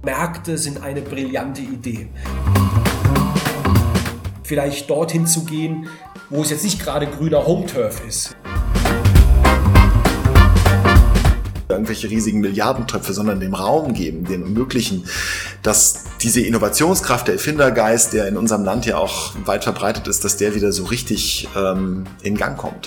Märkte sind eine brillante Idee. Vielleicht dorthin zu gehen, wo es jetzt nicht gerade grüner Home-Turf ist. Irgendwelche riesigen Milliardentöpfe, sondern dem Raum geben, den ermöglichen, dass diese Innovationskraft, der Erfindergeist, der in unserem Land ja auch weit verbreitet ist, dass der wieder so richtig in Gang kommt.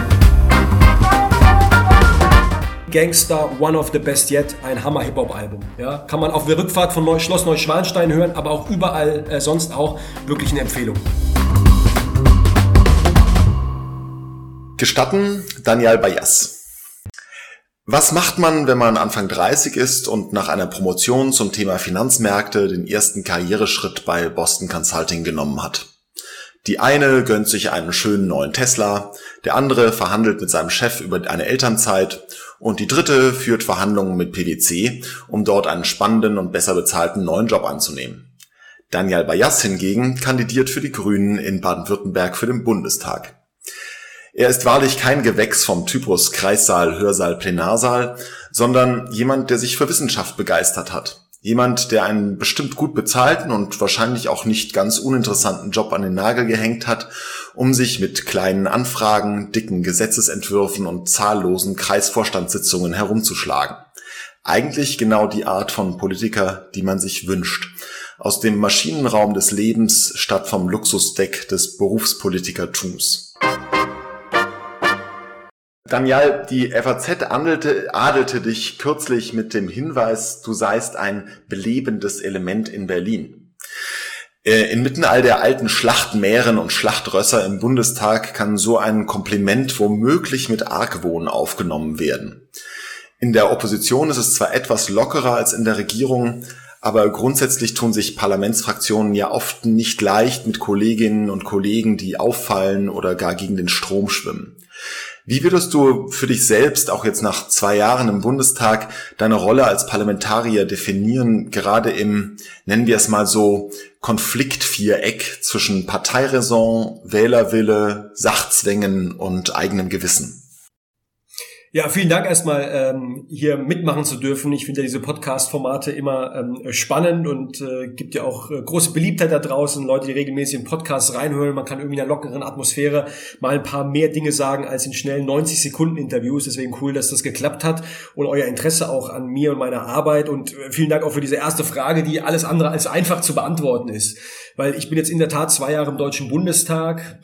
Gangster, One of the Best Yet, ein Hammer-Hip-Hop-Album. Ja, kann man auf der Rückfahrt von Schloss Neuschwanstein hören, aber auch überall sonst auch wirklich eine Empfehlung. Gestatten, Daniel Bayas. Was macht man, wenn man Anfang 30 ist und nach einer Promotion zum Thema Finanzmärkte den ersten Karriereschritt bei Boston Consulting genommen hat? Die eine gönnt sich einen schönen neuen Tesla, der andere verhandelt mit seinem Chef über eine Elternzeit und die dritte führt Verhandlungen mit PwC, um dort einen spannenden und besser bezahlten neuen Job anzunehmen. Daniel Bayas hingegen kandidiert für die Grünen in Baden-Württemberg für den Bundestag. Er ist wahrlich kein Gewächs vom Typus Kreissaal, Hörsaal, Plenarsaal, sondern jemand, der sich für Wissenschaft begeistert hat. Jemand, der einen bestimmt gut bezahlten und wahrscheinlich auch nicht ganz uninteressanten Job an den Nagel gehängt hat, um sich mit kleinen Anfragen, dicken Gesetzesentwürfen und zahllosen Kreisvorstandssitzungen herumzuschlagen. Eigentlich genau die Art von Politiker, die man sich wünscht. Aus dem Maschinenraum des Lebens statt vom Luxusdeck des Berufspolitikertums. Daniel, die FAZ adelte dich kürzlich mit dem Hinweis, du seist ein belebendes Element in Berlin. Inmitten all der alten Schlachtmähren und Schlachtrösser im Bundestag kann so ein Kompliment womöglich mit Argwohn aufgenommen werden. In der Opposition ist es zwar etwas lockerer als in der Regierung, aber grundsätzlich tun sich Parlamentsfraktionen ja oft nicht leicht mit Kolleginnen und Kollegen, die auffallen oder gar gegen den Strom schwimmen. Wie würdest du für dich selbst, auch jetzt nach 2 Jahren im Bundestag, deine Rolle als Parlamentarier definieren, gerade im, nennen wir es mal so, Konfliktviereck zwischen Parteiräson, Wählerwille, Sachzwängen und eigenem Gewissen? Ja, vielen Dank erstmal, hier mitmachen zu dürfen. Ich finde ja diese Podcast-Formate immer spannend und gibt ja auch große Beliebtheit da draußen. Leute, die regelmäßig in Podcasts reinhören. Man kann irgendwie in einer lockeren Atmosphäre mal ein paar mehr Dinge sagen als in schnellen 90-Sekunden-Interviews. Deswegen cool, dass das geklappt hat und euer Interesse auch an mir und meiner Arbeit. Und vielen Dank auch für diese erste Frage, die alles andere als einfach zu beantworten ist. Weil ich bin jetzt in der Tat 2 Jahre im Deutschen Bundestag.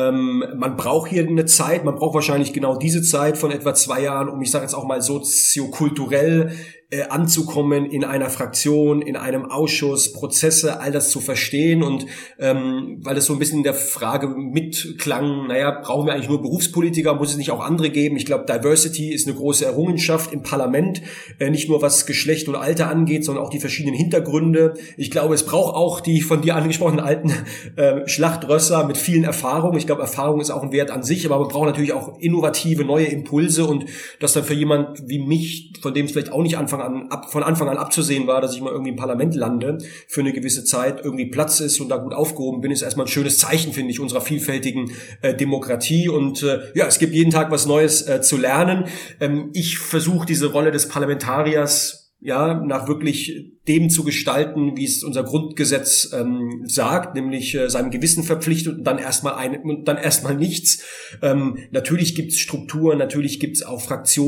Man braucht hier eine Zeit, man braucht wahrscheinlich genau diese Zeit von etwa 2 Jahren, um, ich sage jetzt auch mal soziokulturell anzukommen in einer Fraktion, in einem Ausschuss, Prozesse, all das zu verstehen und weil es so ein bisschen in der Frage mitklang, brauchen wir eigentlich nur Berufspolitiker, muss es nicht auch andere geben? Ich glaube, Diversity ist eine große Errungenschaft im Parlament, nicht nur was Geschlecht und Alter angeht, sondern auch die verschiedenen Hintergründe. Ich glaube, es braucht auch die von dir angesprochenen alten Schlachtrösser mit vielen Erfahrungen. Ich glaube, Erfahrung ist auch ein Wert an sich, aber man braucht natürlich auch innovative, neue Impulse und das dann für jemand wie mich, von dem es vielleicht auch nicht von Anfang an abzusehen war, dass ich mal irgendwie im Parlament lande, für eine gewisse Zeit irgendwie Platz ist und da gut aufgehoben bin, ist erstmal ein schönes Zeichen, finde ich, unserer vielfältigen Demokratie und es gibt jeden Tag was Neues zu lernen. Ich versuche diese Rolle des Parlamentariers nach wirklich dem zu gestalten, wie es unser Grundgesetz sagt, nämlich seinem Gewissen verpflichtet und dann erstmal nichts. Natürlich gibt's Strukturen, natürlich gibt's auch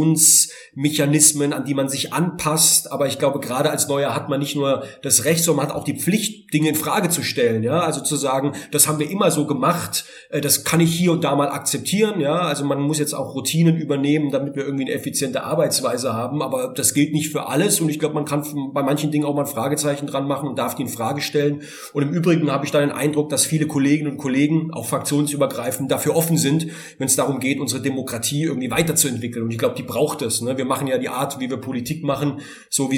Fraktionsmechanismen, an die man sich anpasst, aber ich glaube, gerade als Neuer hat man nicht nur das Recht, sondern man hat auch die Pflicht, Dinge in Frage zu stellen, also zu sagen, das haben wir immer so gemacht, das kann ich hier und da mal akzeptieren, also man muss jetzt auch Routinen übernehmen, damit wir irgendwie eine effiziente Arbeitsweise haben, aber das gilt nicht für alles und ich glaube, man kann bei manchen Dingen auch mal ein Fragezeichen dran machen und darf die in Frage stellen. Und im Übrigen habe ich da den Eindruck, dass viele Kolleginnen und Kollegen, auch fraktionsübergreifend, dafür offen sind, wenn es darum geht, unsere Demokratie irgendwie weiterzuentwickeln. Und ich glaube, die braucht es. Wir machen ja die Art, wie wir Politik machen, so wie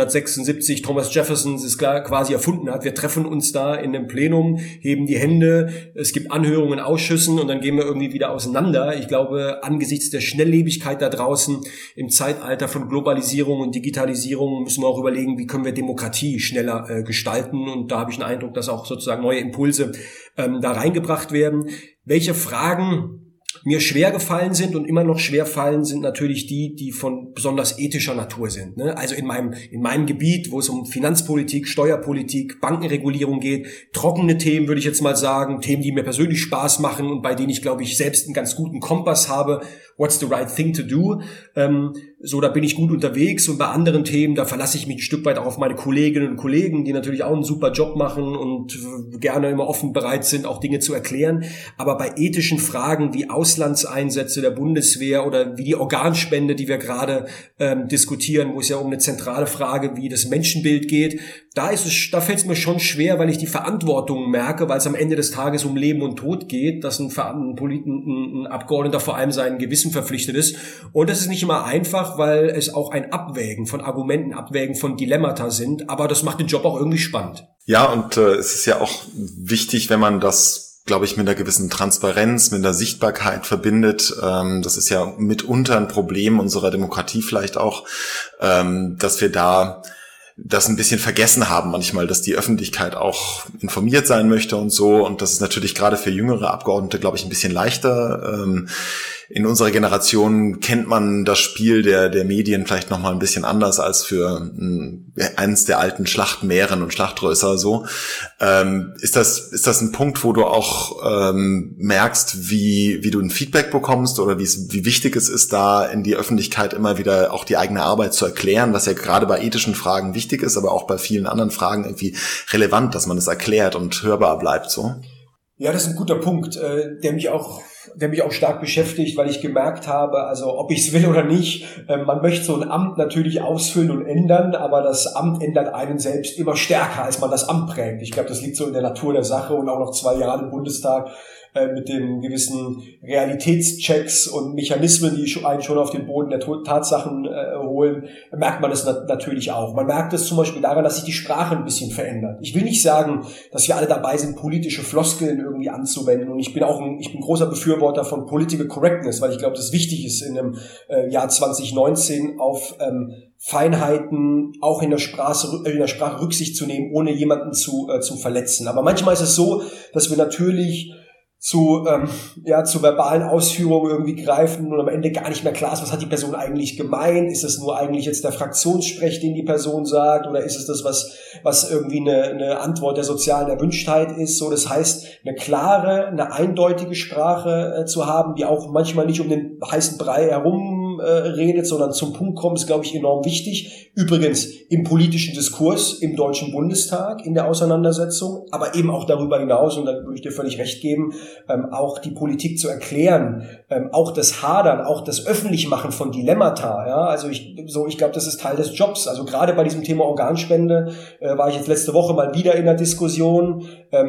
1776 Thomas Jefferson es quasi erfunden hat. Wir treffen uns da in einem Plenum, heben die Hände, es gibt Anhörungen in Ausschüssen und dann gehen wir irgendwie wieder auseinander. Ich glaube, angesichts der Schnelllebigkeit da draußen, im Zeitalter von Globalisierung und Digitalisierung, müssen wir auch überlegen, wie können wir Demokratie schneller gestalten und da habe ich den Eindruck, dass auch sozusagen neue Impulse da reingebracht werden. Welche Fragen mir schwer gefallen sind und immer noch schwer fallen, sind natürlich die von besonders ethischer Natur sind. Ne? Also in meinem Gebiet, wo es um Finanzpolitik, Steuerpolitik, Bankenregulierung geht, trockene Themen, würde ich jetzt mal sagen, Themen, die mir persönlich Spaß machen und bei denen ich, glaube ich, selbst einen ganz guten Kompass habe. What's the right thing to do? So, da bin ich gut unterwegs, und bei anderen Themen, da verlasse ich mich ein Stück weit auch auf meine Kolleginnen und Kollegen, die natürlich auch einen super Job machen und gerne immer offen bereit sind, auch Dinge zu erklären. Aber bei ethischen Fragen wie Auslandseinsätze der Bundeswehr oder wie die Organspende, die wir gerade diskutieren, wo es ja um eine zentrale Frage wie das Menschenbild geht, da fällt es mir schon schwer, weil ich die Verantwortung merke, weil es am Ende des Tages um Leben und Tod geht, dass ein Abgeordneter vor allem seinem Gewissen verpflichtet ist. Und das ist nicht immer einfach, weil es auch ein Abwägen von Argumenten, Abwägen von Dilemmata sind. Aber das macht den Job auch irgendwie spannend. Ja, und es ist ja auch wichtig, wenn man das, glaube ich, mit einer gewissen Transparenz, mit einer Sichtbarkeit verbindet. Das ist ja mitunter ein Problem unserer Demokratie vielleicht auch, dass wir da das ein bisschen vergessen haben manchmal, dass die Öffentlichkeit auch informiert sein möchte und so. Und das ist natürlich gerade für jüngere Abgeordnete, glaube ich, ein bisschen leichter. In unserer Generation kennt man das Spiel der Medien vielleicht noch mal ein bisschen anders als für eins der alten Schlachtmähren und Schlachtrösser so. Ist das ein Punkt, wo du auch merkst, wie du ein Feedback bekommst oder wie wichtig es ist, da in die Öffentlichkeit immer wieder auch die eigene Arbeit zu erklären, was ja gerade bei ethischen Fragen wichtig ist, aber auch bei vielen anderen Fragen irgendwie relevant, dass man es erklärt und hörbar bleibt so? Ja, das ist ein guter Punkt, der mich auch stark beschäftigt, weil ich gemerkt habe, also ob ich es will oder nicht, man möchte so ein Amt natürlich ausfüllen und ändern, aber das Amt ändert einen selbst immer stärker, als man das Amt prägt. Ich glaube, das liegt so in der Natur der Sache, und auch nach 2 Jahren im Bundestag mit den gewissen Realitätschecks und Mechanismen, die einen schon auf den Boden der Tatsachen holen, merkt man das natürlich auch. Man merkt es zum Beispiel daran, dass sich die Sprache ein bisschen verändert. Ich will nicht sagen, dass wir alle dabei sind, politische Floskeln irgendwie anzuwenden, und ich bin großer Befürworter von Political Correctness, weil ich glaube, dass wichtig ist, in einem Jahr 2019 auf Feinheiten auch in der Sprache Rücksicht zu nehmen, ohne jemanden zu verletzen. Aber manchmal ist es so, dass wir natürlich zu verbalen Ausführungen irgendwie greifen und am Ende gar nicht mehr klar ist, was hat die Person eigentlich gemeint? Ist es nur eigentlich jetzt der Fraktionssprech, den die Person sagt, oder ist es das, was irgendwie eine Antwort der sozialen Erwünschtheit ist? So, das heißt, eine klare, eine eindeutige Sprache zu haben, die auch manchmal nicht um den heißen Brei herum redet, sondern zum Punkt kommt, ist, glaube ich, enorm wichtig. Übrigens im politischen Diskurs im Deutschen Bundestag, in der Auseinandersetzung, aber eben auch darüber hinaus, und da würde ich dir völlig recht geben, auch die Politik zu erklären, auch das Hadern, auch das Öffentlichmachen von Dilemmata. Ja? Also ich glaube, das ist Teil des Jobs. Also gerade bei diesem Thema Organspende war ich jetzt letzte Woche mal wieder in der Diskussion,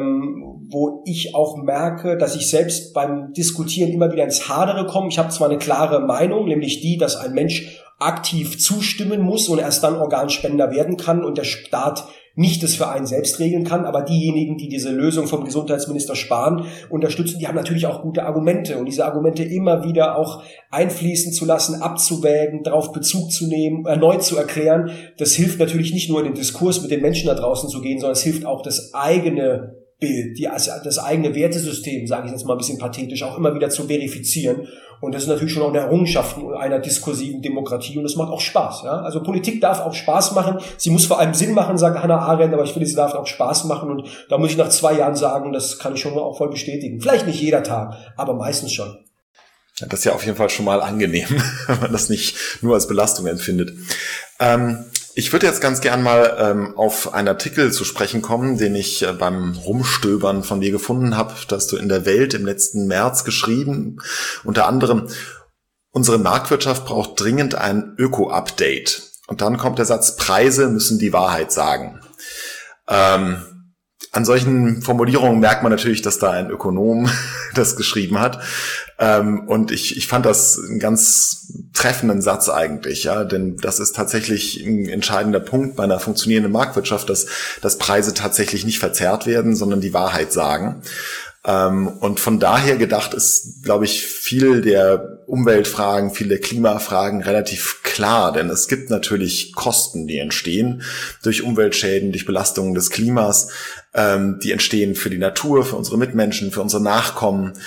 wo ich auch merke, dass ich selbst beim Diskutieren immer wieder ins Hadere komme. Ich habe zwar eine klare Meinung, nämlich die, dass ein Mensch aktiv zustimmen muss und erst dann Organspender werden kann und der Staat nicht das für einen selbst regeln kann, aber diejenigen, die diese Lösung vom Gesundheitsminister Spahn unterstützen, die haben natürlich auch gute Argumente, und diese Argumente immer wieder auch einfließen zu lassen, abzuwägen, darauf Bezug zu nehmen, erneut zu erklären, das hilft natürlich nicht nur in den Diskurs mit den Menschen da draußen zu gehen, sondern es hilft auch das eigene Bild, das eigene Wertesystem, sage ich jetzt mal ein bisschen pathetisch, auch immer wieder zu verifizieren. Und das ist natürlich schon auch eine Errungenschaft einer diskursiven Demokratie, und es macht auch Spaß. Ja? Also Politik darf auch Spaß machen. Sie muss vor allem Sinn machen, sagt Hannah Arendt, aber ich finde, sie darf auch Spaß machen. Und da muss ich nach 2 Jahren sagen, das kann ich schon auch voll bestätigen. Vielleicht nicht jeder Tag, aber meistens schon. Ja, das ist ja auf jeden Fall schon mal angenehm, wenn man das nicht nur als Belastung empfindet. Ich würde jetzt ganz gern mal auf einen Artikel zu sprechen kommen, den ich beim Rumstöbern von dir gefunden habe. Da hast du in der Welt im letzten März geschrieben, unter anderem: Unsere Marktwirtschaft braucht dringend ein Öko-Update. Und dann kommt der Satz: Preise müssen die Wahrheit sagen. An solchen Formulierungen merkt man natürlich, dass da ein Ökonom das geschrieben hat. Und ich fand das einen ganz treffenden Satz eigentlich, ja, denn das ist tatsächlich ein entscheidender Punkt bei einer funktionierenden Marktwirtschaft, dass Preise tatsächlich nicht verzerrt werden, sondern die Wahrheit sagen. Und von daher gedacht ist, glaube ich, viel der Umweltfragen, viel der Klimafragen relativ klar, denn es gibt natürlich Kosten, die entstehen durch Umweltschäden, durch Belastungen des Klimas, die entstehen für die Natur, für unsere Mitmenschen, für unsere Nachkommen.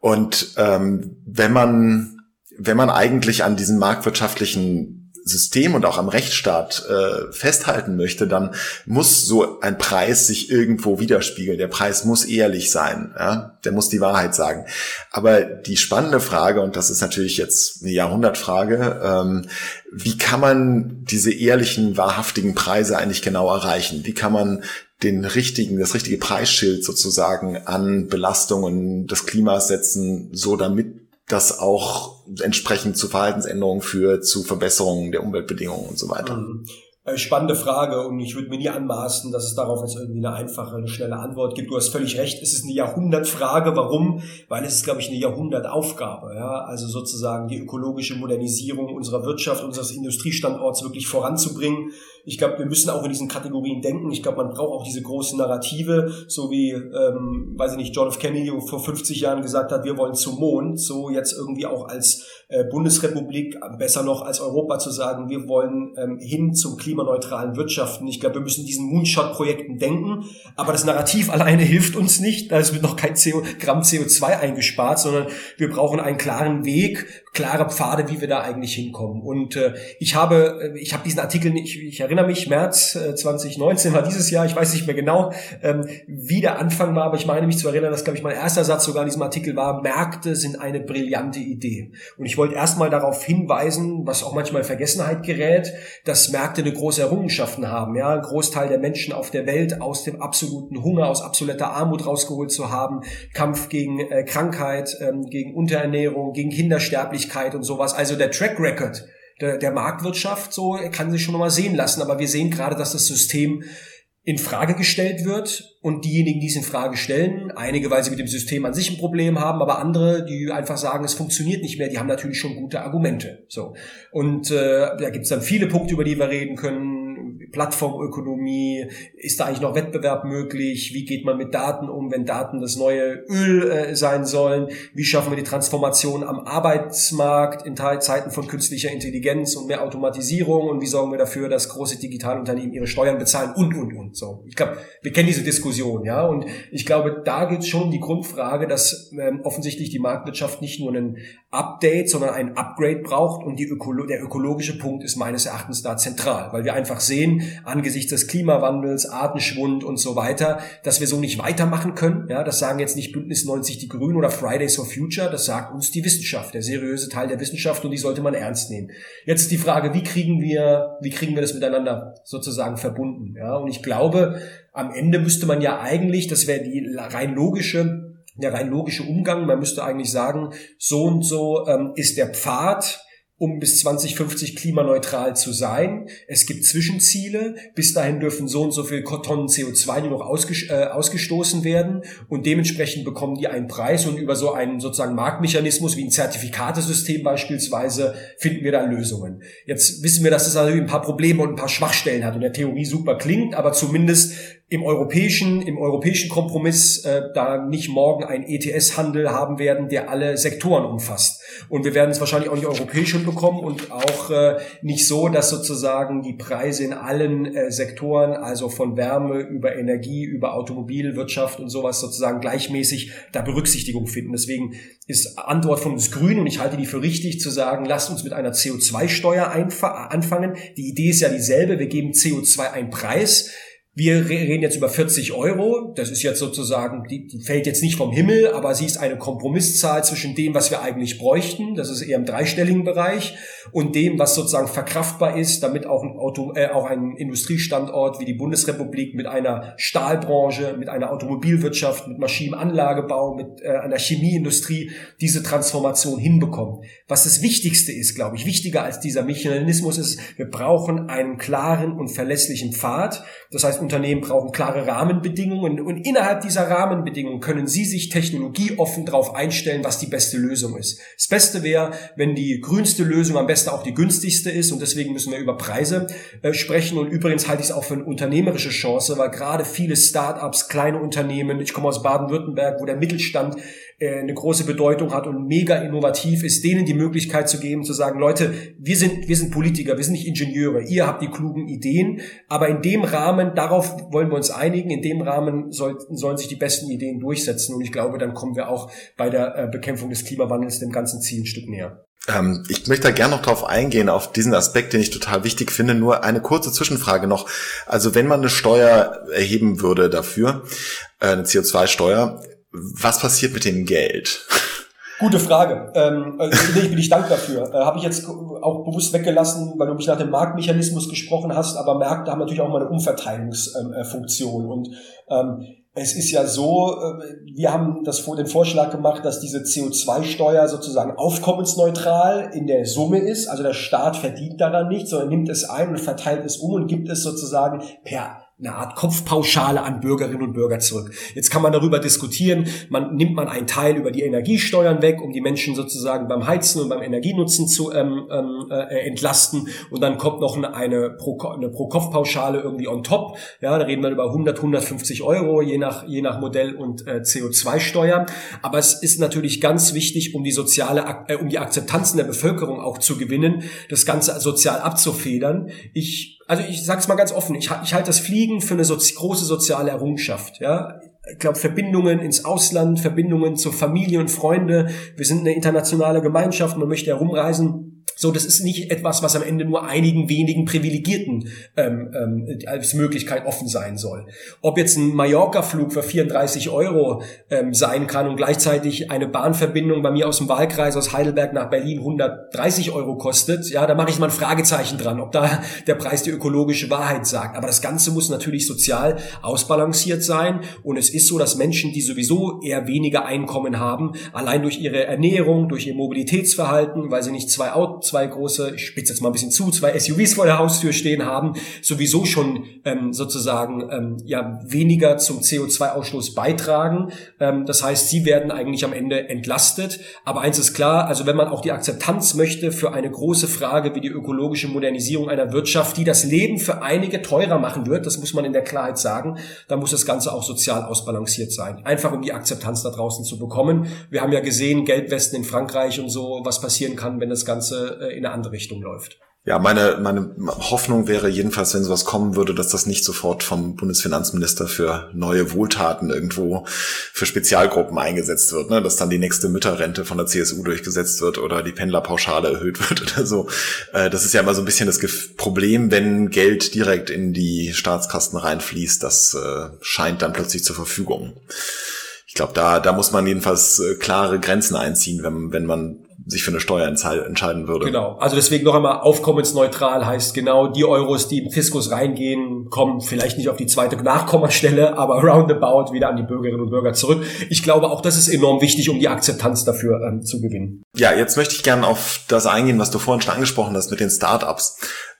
Und wenn man eigentlich an diesem marktwirtschaftlichen System und auch am Rechtsstaat festhalten möchte, dann muss so ein Preis sich irgendwo widerspiegeln. Der Preis muss ehrlich sein, ja? Der muss die Wahrheit sagen. Aber die spannende Frage, und das ist natürlich jetzt eine Jahrhundertfrage, wie kann man diese ehrlichen, wahrhaftigen Preise eigentlich genau erreichen? Wie kann man das richtige Preisschild sozusagen an Belastungen des Klimas setzen, so damit das auch entsprechend zu Verhaltensänderungen führt, zu Verbesserungen der Umweltbedingungen und so weiter? Spannende Frage, und ich würde mir nie anmaßen, dass es darauf jetzt irgendwie eine einfache, eine schnelle Antwort gibt. Du hast völlig recht, es ist eine Jahrhundertfrage. Warum? Weil es ist, glaube ich, eine Jahrhundertaufgabe. Ja? Also sozusagen die ökologische Modernisierung unserer Wirtschaft, unseres Industriestandorts wirklich voranzubringen. Ich glaube, wir müssen auch in diesen Kategorien denken. Ich glaube, man braucht auch diese großen Narrative, so wie, weiß ich nicht, John F. Kennedy vor 50 Jahren gesagt hat, wir wollen zum Mond, so jetzt irgendwie auch als Bundesrepublik, besser noch als Europa zu sagen, wir wollen hin zum klimaneutralen Wirtschaften. Ich glaube, wir müssen diesen Moonshot-Projekten denken, aber das Narrativ alleine hilft uns nicht, da wird noch kein Gramm CO2 eingespart, sondern wir brauchen einen klaren Weg, klare Pfade, wie wir da eigentlich hinkommen. Und ich habe diesen Artikel, ich erinnere mich, März 2019 war dieses Jahr, ich weiß nicht mehr genau, wie der Anfang war, aber ich meine mich zu erinnern, dass, glaube ich, mein erster Satz sogar in diesem Artikel war, Märkte sind eine brillante Idee. Und ich wollte erstmal darauf hinweisen, was auch manchmal in Vergessenheit gerät, dass Märkte eine große Errungenschaften haben. Ja, ein Großteil der Menschen auf der Welt aus dem absoluten Hunger, aus absoluter Armut rausgeholt zu haben, Kampf gegen Krankheit, gegen Unterernährung, gegen Kindersterblichkeit und sowas. Also der Track Record der Marktwirtschaft, so kann sich schon mal sehen lassen. Aber wir sehen gerade, dass das System in Frage gestellt wird, und diejenigen, die es in Frage stellen, einige, weil sie mit dem System an sich ein Problem haben, aber andere, die einfach sagen, es funktioniert nicht mehr, die haben natürlich schon gute Argumente. So. Und da gibt's dann viele Punkte, über die wir reden können. Plattformökonomie, ist da eigentlich noch Wettbewerb möglich? Wie geht man mit Daten um, wenn Daten das neue Öl sein sollen? Wie schaffen wir die Transformation am Arbeitsmarkt in Zeiten von künstlicher Intelligenz und mehr Automatisierung? Und wie sorgen wir dafür, dass große Digitalunternehmen ihre Steuern bezahlen? Und. So. Ich glaube, wir kennen diese Diskussion, ja. Und ich glaube, da geht es schon um die Grundfrage, dass offensichtlich die Marktwirtschaft nicht nur ein Update, sondern ein Upgrade braucht. Und der ökologische Punkt ist meines Erachtens da zentral, weil wir einfach sehen, angesichts des Klimawandels, Artenschwund und so weiter, dass wir so nicht weitermachen können. Ja, das sagen jetzt nicht Bündnis 90 Die Grünen oder Fridays for Future, das sagt uns die Wissenschaft, der seriöse Teil der Wissenschaft, und die sollte man ernst nehmen. Jetzt ist die Frage, wie kriegen wir das miteinander sozusagen verbunden? Ja, und ich glaube, am Ende müsste man ja eigentlich, das wäre der rein logische Umgang, man müsste eigentlich sagen, so und so ist der Pfad, um bis 2050 klimaneutral zu sein. Es gibt Zwischenziele. Bis dahin dürfen so und so viel Tonnen CO2 nur noch ausgestoßen werden. Und dementsprechend bekommen die einen Preis. Und über so einen sozusagen Marktmechanismus wie ein Zertifikatesystem beispielsweise finden wir da Lösungen. Jetzt wissen wir, dass das natürlich ein paar Probleme und ein paar Schwachstellen hat und in der Theorie super klingt, aber zumindest im europäischen Kompromiss da nicht morgen ein ETS-Handel haben werden, der alle Sektoren umfasst. Und wir werden es wahrscheinlich auch nicht europäisch hinbekommen und auch nicht so, dass sozusagen die Preise in allen Sektoren, also von Wärme über Energie, über Automobilwirtschaft und sowas sozusagen gleichmäßig da Berücksichtigung finden. Deswegen ist Antwort von uns Grünen, und ich halte die für richtig, zu sagen, lasst uns mit einer CO2-Steuer anfangen. Die Idee ist ja dieselbe, wir geben CO2 einen Preis. Wir reden jetzt über 40 €. Das ist jetzt sozusagen, die fällt jetzt nicht vom Himmel, aber sie ist eine Kompromisszahl zwischen dem, was wir eigentlich bräuchten, das ist eher im dreistelligen Bereich, und dem, was sozusagen verkraftbar ist, damit auch ein Industriestandort wie die Bundesrepublik mit einer Stahlbranche, mit einer Automobilwirtschaft, mit Maschinenanlagebau, mit einer Chemieindustrie diese Transformation hinbekommt. Was das Wichtigste ist, glaube ich, wichtiger als dieser Mechanismus ist, wir brauchen einen klaren und verlässlichen Pfad. Das heißt, Unternehmen brauchen klare Rahmenbedingungen, und innerhalb dieser Rahmenbedingungen können sie sich technologieoffen darauf einstellen, was die beste Lösung ist. Das Beste wäre, wenn die grünste Lösung am besten auch die günstigste ist, und deswegen müssen wir über Preise sprechen. Und übrigens halte ich es auch für eine unternehmerische Chance, weil gerade viele Start-ups, kleine Unternehmen, ich komme aus Baden-Württemberg, wo der Mittelstand eine große Bedeutung hat und mega innovativ ist, denen die Möglichkeit zu geben, zu sagen, Leute, wir sind Politiker, wir sind nicht Ingenieure, ihr habt die klugen Ideen, aber in dem Rahmen, darauf wollen wir uns einigen, in dem Rahmen sollen sich die besten Ideen durchsetzen und ich glaube, dann kommen wir auch bei der Bekämpfung des Klimawandels dem ganzen Ziel ein Stück näher. Ich möchte da gerne noch drauf eingehen, auf diesen Aspekt, den ich total wichtig finde. Nur eine kurze Zwischenfrage noch. Also wenn man eine Steuer erheben würde dafür, eine CO2-Steuer, was passiert mit dem Geld? Gute Frage. Bin ich dankbar dafür. Habe ich jetzt auch bewusst weggelassen, weil du mich nach dem Marktmechanismus gesprochen hast, aber Märkte haben natürlich auch mal eine Umverteilungsfunktion und es ist ja so, wir haben den Vorschlag gemacht, dass diese CO2-Steuer sozusagen aufkommensneutral in der Summe ist. Also der Staat verdient daran nichts, sondern nimmt es ein und verteilt es um und gibt es sozusagen per eine Art Kopfpauschale an Bürgerinnen und Bürger zurück. Jetzt kann man darüber diskutieren, nimmt man einen Teil über die Energiesteuern weg, um die Menschen sozusagen beim Heizen und beim Energienutzen zu entlasten und dann kommt noch eine Pro-Kopf-Pauschale irgendwie on top. Ja, da reden wir über 150 Euro, je nach Modell und CO2-Steuer. Aber es ist natürlich ganz wichtig, um die Akzeptanz in der Bevölkerung auch zu gewinnen, das Ganze sozial abzufedern. Ich sage es mal ganz offen, ich halte das Fliegen für eine große soziale Errungenschaft. Ja, ich glaube, Verbindungen ins Ausland, Verbindungen zur Familie und Freunde. Wir sind eine internationale Gemeinschaft, man möchte herumreisen. So, das ist nicht etwas, was am Ende nur einigen wenigen Privilegierten als Möglichkeit offen sein soll. Ob jetzt ein Mallorca-Flug für 34 Euro sein kann und gleichzeitig eine Bahnverbindung bei mir aus dem Wahlkreis aus Heidelberg nach Berlin 130 Euro kostet, ja, da mache ich mal ein Fragezeichen dran, ob da der Preis die ökologische Wahrheit sagt. Aber das Ganze muss natürlich sozial ausbalanciert sein und es ist so, dass Menschen, die sowieso eher weniger Einkommen haben, allein durch ihre Ernährung, durch ihr Mobilitätsverhalten, weil sie nicht zwei große, ich spitze jetzt mal ein bisschen zu, 2 SUVs vor der Haustür stehen haben, sowieso schon weniger zum CO2-Ausstoß beitragen. Das heißt, sie werden eigentlich am Ende entlastet. Aber eins ist klar, also wenn man auch die Akzeptanz möchte für eine große Frage wie die ökologische Modernisierung einer Wirtschaft, die das Leben für einige teurer machen wird, das muss man in der Klarheit sagen, dann muss das Ganze auch sozial ausbalanciert sein. Einfach um die Akzeptanz da draußen zu bekommen. Wir haben ja gesehen, Gelbwesten in Frankreich und so, was passieren kann, wenn das Ganze in eine andere Richtung läuft. Ja, meine Hoffnung wäre jedenfalls, wenn sowas kommen würde, dass das nicht sofort vom Bundesfinanzminister für neue Wohltaten irgendwo für Spezialgruppen eingesetzt wird, ne? Dass dann die nächste Mütterrente von der CSU durchgesetzt wird oder die Pendlerpauschale erhöht wird oder so. Das ist ja immer so ein bisschen das Problem, wenn Geld direkt in die Staatskassen reinfließt, das scheint dann plötzlich zur Verfügung. Ich glaube, da muss man jedenfalls klare Grenzen einziehen, wenn man sich für eine Steuer entscheiden würde. Genau, also deswegen noch einmal aufkommensneutral heißt genau, die Euros, die im Fiskus reingehen, kommen vielleicht nicht auf die zweite Nachkommastelle, aber roundabout wieder an die Bürgerinnen und Bürger zurück. Ich glaube, auch das ist enorm wichtig, um die Akzeptanz dafür zu gewinnen. Ja, jetzt möchte ich gerne auf das eingehen, was du vorhin schon angesprochen hast mit den Startups.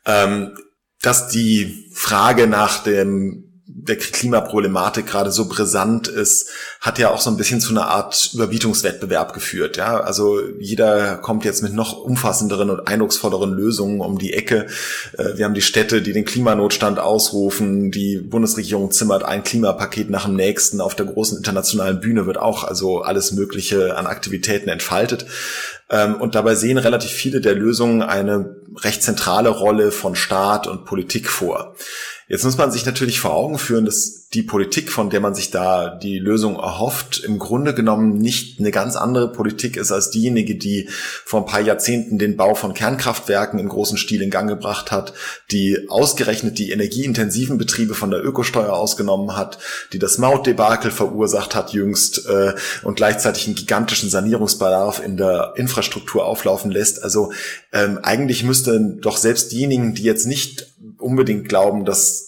Dass die Frage nach der Klimaproblematik gerade so brisant ist, hat ja auch so ein bisschen zu einer Art Überbietungswettbewerb geführt. Ja, also jeder kommt jetzt mit noch umfassenderen und eindrucksvolleren Lösungen um die Ecke. Wir haben die Städte, die den Klimanotstand ausrufen. Die Bundesregierung zimmert ein Klimapaket nach dem nächsten. Auf der großen internationalen Bühne wird auch also alles Mögliche an Aktivitäten entfaltet. Und dabei sehen relativ viele der Lösungen eine recht zentrale Rolle von Staat und Politik vor. Jetzt muss man sich natürlich vor Augen führen, dass die Politik, von der man sich da die Lösung erhofft, im Grunde genommen nicht eine ganz andere Politik ist als diejenige, die vor ein paar Jahrzehnten den Bau von Kernkraftwerken im großen Stil in Gang gebracht hat, die ausgerechnet die energieintensiven Betriebe von der Ökosteuer ausgenommen hat, die das Mautdebakel verursacht hat jüngst und gleichzeitig einen gigantischen Sanierungsbedarf in der Infrastruktur auflaufen lässt. Also eigentlich müsste doch selbst diejenigen, die jetzt nicht unbedingt glauben, dass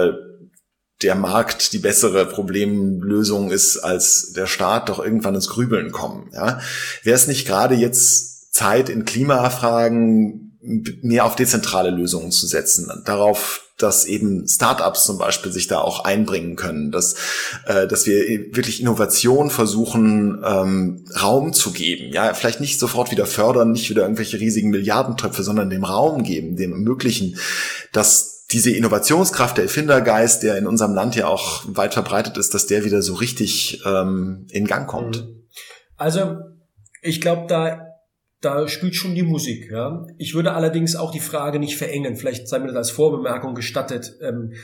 der Markt die bessere Problemlösung ist als der Staat, doch irgendwann ins Grübeln kommen. Ja? Wäre es nicht gerade jetzt Zeit, in Klimafragen mehr auf dezentrale Lösungen zu setzen, darauf, dass eben Startups zum Beispiel sich da auch einbringen können, dass wir wirklich Innovation versuchen, Raum zu geben. Ja, vielleicht nicht sofort wieder fördern, nicht wieder irgendwelche riesigen Milliardentöpfe, sondern dem Raum geben, dem ermöglichen, dass diese Innovationskraft, der Erfindergeist, der in unserem Land ja auch weit verbreitet ist, dass der wieder so richtig in Gang kommt. Also ich glaube, da spielt schon die Musik. Ja. Ich würde allerdings auch die Frage nicht verengen. Vielleicht sei mir das als Vorbemerkung gestattet.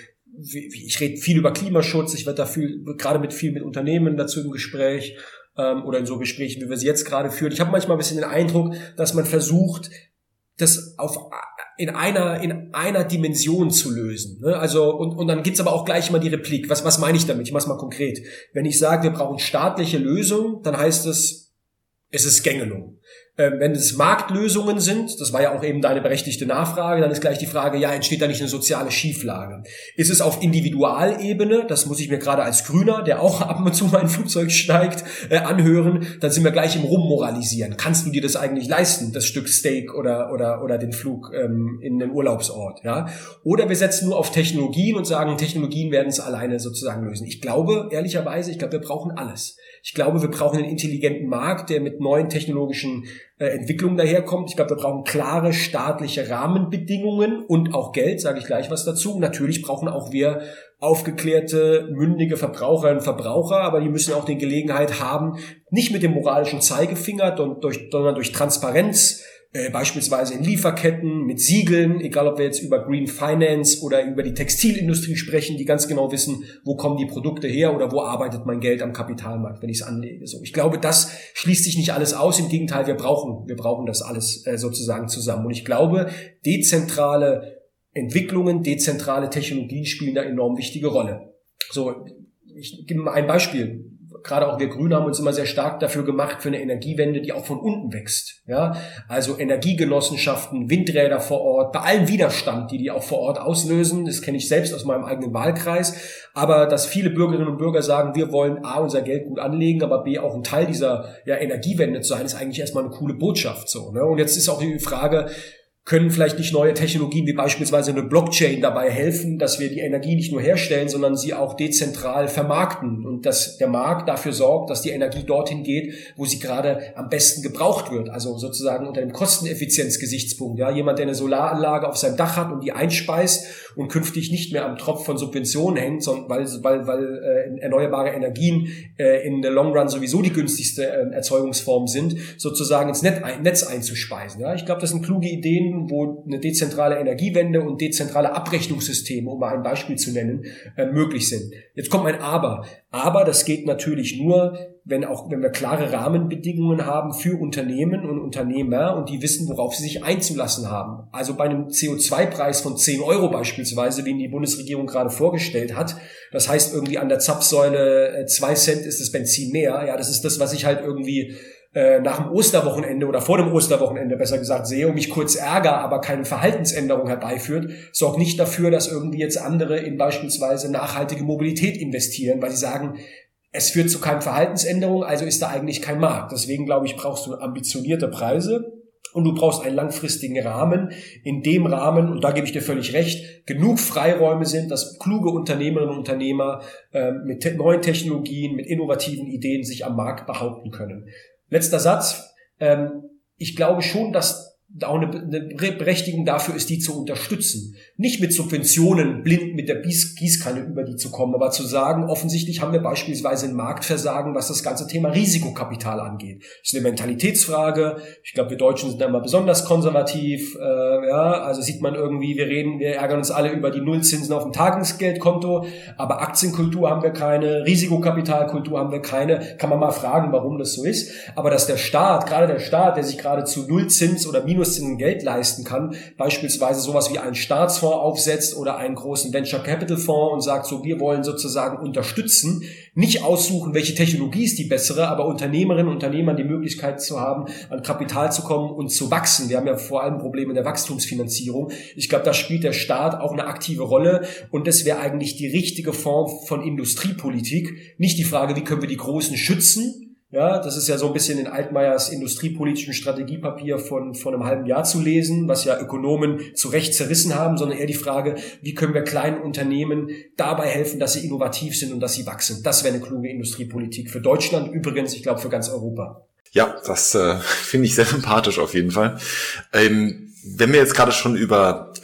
Ich rede viel über Klimaschutz. Ich werde da gerade mit Unternehmen dazu im Gespräch oder in so Gesprächen, wie wir sie jetzt gerade führen. Ich habe manchmal ein bisschen den Eindruck, dass man versucht, das in einer Dimension zu lösen. Ne? Also und dann gibt's aber auch gleich mal die Replik. Was meine ich damit? Ich mach's mal konkret. Wenn ich sage, wir brauchen staatliche Lösungen, dann heißt es ist Gängelung. Wenn es Marktlösungen sind, das war ja auch eben deine berechtigte Nachfrage, dann ist gleich die Frage, ja, entsteht da nicht eine soziale Schieflage? Ist es auf Individualebene, das muss ich mir gerade als Grüner, der auch ab und zu mal ein Flugzeug steigt, anhören, dann sind wir gleich im Rummoralisieren. Kannst du dir das eigentlich leisten, das Stück Steak oder den Flug in den Urlaubsort? Ja? Oder wir setzen nur auf Technologien und sagen, Technologien werden es alleine sozusagen lösen. Ich glaube, ehrlicherweise, wir brauchen alles. Ich glaube, wir brauchen einen intelligenten Markt, der mit neuen technologischen Entwicklungen daherkommt. Ich glaube, wir brauchen klare staatliche Rahmenbedingungen und auch Geld, sage ich gleich was dazu. Natürlich brauchen auch wir aufgeklärte, mündige Verbraucherinnen und Verbraucher, aber die müssen auch die Gelegenheit haben, nicht mit dem moralischen Zeigefinger, sondern durch Transparenz, beispielsweise in Lieferketten, mit Siegeln, egal ob wir jetzt über Green Finance oder über die Textilindustrie sprechen, die ganz genau wissen, wo kommen die Produkte her oder wo arbeitet mein Geld am Kapitalmarkt, wenn ich es anlege. So, ich glaube, das schließt sich nicht alles aus. Im Gegenteil, wir brauchen das alles sozusagen zusammen. Und ich glaube, dezentrale Entwicklungen, dezentrale Technologien spielen da enorm wichtige Rolle. So, ich gebe mal ein Beispiel. Gerade auch wir Grüne haben uns immer sehr stark dafür gemacht, für eine Energiewende, die auch von unten wächst. Ja, also Energiegenossenschaften, Windräder vor Ort, bei allem Widerstand, die auch vor Ort auslösen. Das kenne ich selbst aus meinem eigenen Wahlkreis. Aber dass viele Bürgerinnen und Bürger sagen, wir wollen A, unser Geld gut anlegen, aber B, auch ein Teil dieser Energiewende zu sein, ist eigentlich erstmal eine coole Botschaft. So, ne? Und jetzt ist auch die Frage, können vielleicht nicht neue Technologien wie beispielsweise eine Blockchain dabei helfen, dass wir die Energie nicht nur herstellen, sondern sie auch dezentral vermarkten und dass der Markt dafür sorgt, dass die Energie dorthin geht, wo sie gerade am besten gebraucht wird. Also sozusagen unter dem Kosteneffizienzgesichtspunkt. Ja, jemand, der eine Solaranlage auf seinem Dach hat und die einspeist und künftig nicht mehr am Tropf von Subventionen hängt, sondern weil erneuerbare Energien in der Long Run sowieso die günstigste Erzeugungsform sind, sozusagen ins Netz einzuspeisen. Ja, ich glaube, das sind kluge Ideen, wo eine dezentrale Energiewende und dezentrale Abrechnungssysteme, um mal ein Beispiel zu nennen, möglich sind. Jetzt kommt ein Aber. Aber das geht natürlich nur, wenn wir klare Rahmenbedingungen haben für Unternehmen und Unternehmer und die wissen, worauf sie sich einzulassen haben. Also bei einem CO2-Preis von 10 € beispielsweise, wie ihn die Bundesregierung gerade vorgestellt hat, das heißt irgendwie an der Zapfsäule 2 Cent ist das Benzin mehr. Ja, das ist das, was ich halt irgendwie nach dem Osterwochenende oder vor dem Osterwochenende besser gesagt sehe und mich kurz ärgere, aber keine Verhaltensänderung herbeiführt, sorgt nicht dafür, dass irgendwie jetzt andere in beispielsweise nachhaltige Mobilität investieren, weil sie sagen, es führt zu keiner Verhaltensänderung, also ist da eigentlich kein Markt. Deswegen, glaube ich, brauchst du ambitionierte Preise und du brauchst einen langfristigen Rahmen. In dem Rahmen, und da gebe ich dir völlig recht, genug Freiräume sind, dass kluge Unternehmerinnen und Unternehmer mit neuen Technologien, mit innovativen Ideen sich am Markt behaupten können. Letzter Satz. Ich glaube schon, dass auch eine Berechtigung dafür ist, die zu unterstützen. Nicht mit Subventionen blind mit der Gießkanne über die zu kommen, aber zu sagen, offensichtlich haben wir beispielsweise ein Marktversagen, was das ganze Thema Risikokapital angeht. Das ist eine Mentalitätsfrage. Ich glaube, wir Deutschen sind da immer besonders konservativ. Also sieht man irgendwie, wir ärgern uns alle über die Nullzinsen auf dem Tagesgeldkonto, aber Aktienkultur haben wir keine, Risikokapitalkultur haben wir keine. Kann man mal fragen, warum das so ist. Aber dass der Staat, gerade der Staat, der sich gerade zu Nullzins oder Minuszinsen Geld leisten kann, beispielsweise sowas wie einen Staatsfonds aufsetzt oder einen großen Venture Capital Fonds und sagt so, wir wollen sozusagen unterstützen, nicht aussuchen, welche Technologie ist die bessere, aber Unternehmerinnen und Unternehmern die Möglichkeit zu haben, an Kapital zu kommen und zu wachsen. Wir haben ja vor allem Probleme in der Wachstumsfinanzierung. Ich glaube, da spielt der Staat auch eine aktive Rolle und das wäre eigentlich die richtige Form von Industriepolitik. Nicht die Frage, wie können wir die Großen schützen. Ja, das ist ja so ein bisschen in Altmaiers industriepolitischen Strategiepapier von einem halben Jahr zu lesen, was ja Ökonomen zu Recht zerrissen haben, sondern eher die Frage, wie können wir kleinen Unternehmen dabei helfen, dass sie innovativ sind und dass sie wachsen. Das wäre eine kluge Industriepolitik für Deutschland, übrigens, ich glaube, für ganz Europa. Ja, das finde ich sehr sympathisch auf jeden Fall. Wenn wir jetzt gerade schon über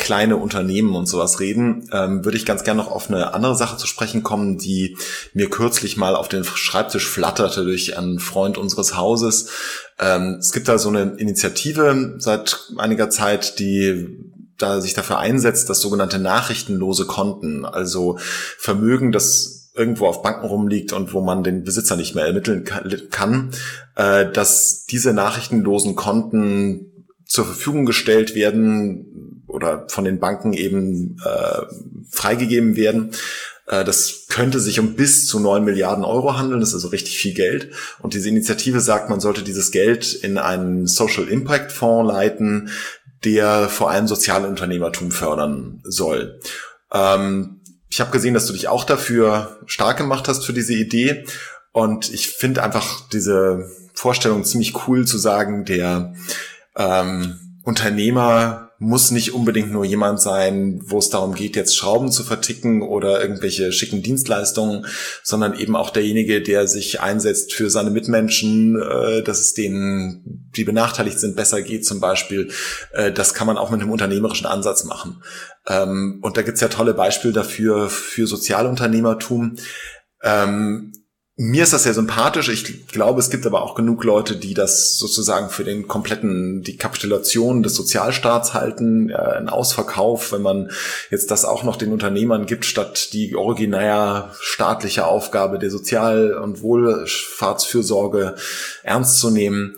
kleine Unternehmen und sowas reden, würde ich ganz gerne noch auf eine andere Sache zu sprechen kommen, die mir kürzlich mal auf den Schreibtisch flatterte durch einen Freund unseres Hauses. Es gibt da so eine Initiative seit einiger Zeit, die da sich dafür einsetzt, dass sogenannte nachrichtenlose Konten, also Vermögen, das irgendwo auf Banken rumliegt und wo man den Besitzer nicht mehr ermitteln kann, dass diese nachrichtenlosen Konten zur Verfügung gestellt werden oder von den Banken eben freigegeben werden. Das könnte sich um bis zu 9 Milliarden Euro handeln, das ist also richtig viel Geld. Und diese Initiative sagt, man sollte dieses Geld in einen Social Impact Fonds leiten, der vor allem Sozialunternehmertum fördern soll. Ich habe gesehen, dass du dich auch dafür stark gemacht hast für diese Idee. Und ich finde einfach diese Vorstellung ziemlich cool zu sagen, der Unternehmer muss nicht unbedingt nur jemand sein, wo es darum geht, jetzt Schrauben zu verticken oder irgendwelche schicken Dienstleistungen, sondern eben auch derjenige, der sich einsetzt für seine Mitmenschen, dass es denen, die benachteiligt sind, besser geht zum Beispiel. Das kann man auch mit einem unternehmerischen Ansatz machen. Und da gibt's ja tolle Beispiele dafür, für Sozialunternehmertum. Mir ist das sehr sympathisch. Ich glaube, es gibt aber auch genug Leute, die das sozusagen für die Kapitulation des Sozialstaats halten, einen Ausverkauf, wenn man jetzt das auch noch den Unternehmern gibt, statt die originär staatliche Aufgabe der Sozial- und Wohlfahrtsfürsorge ernst zu nehmen.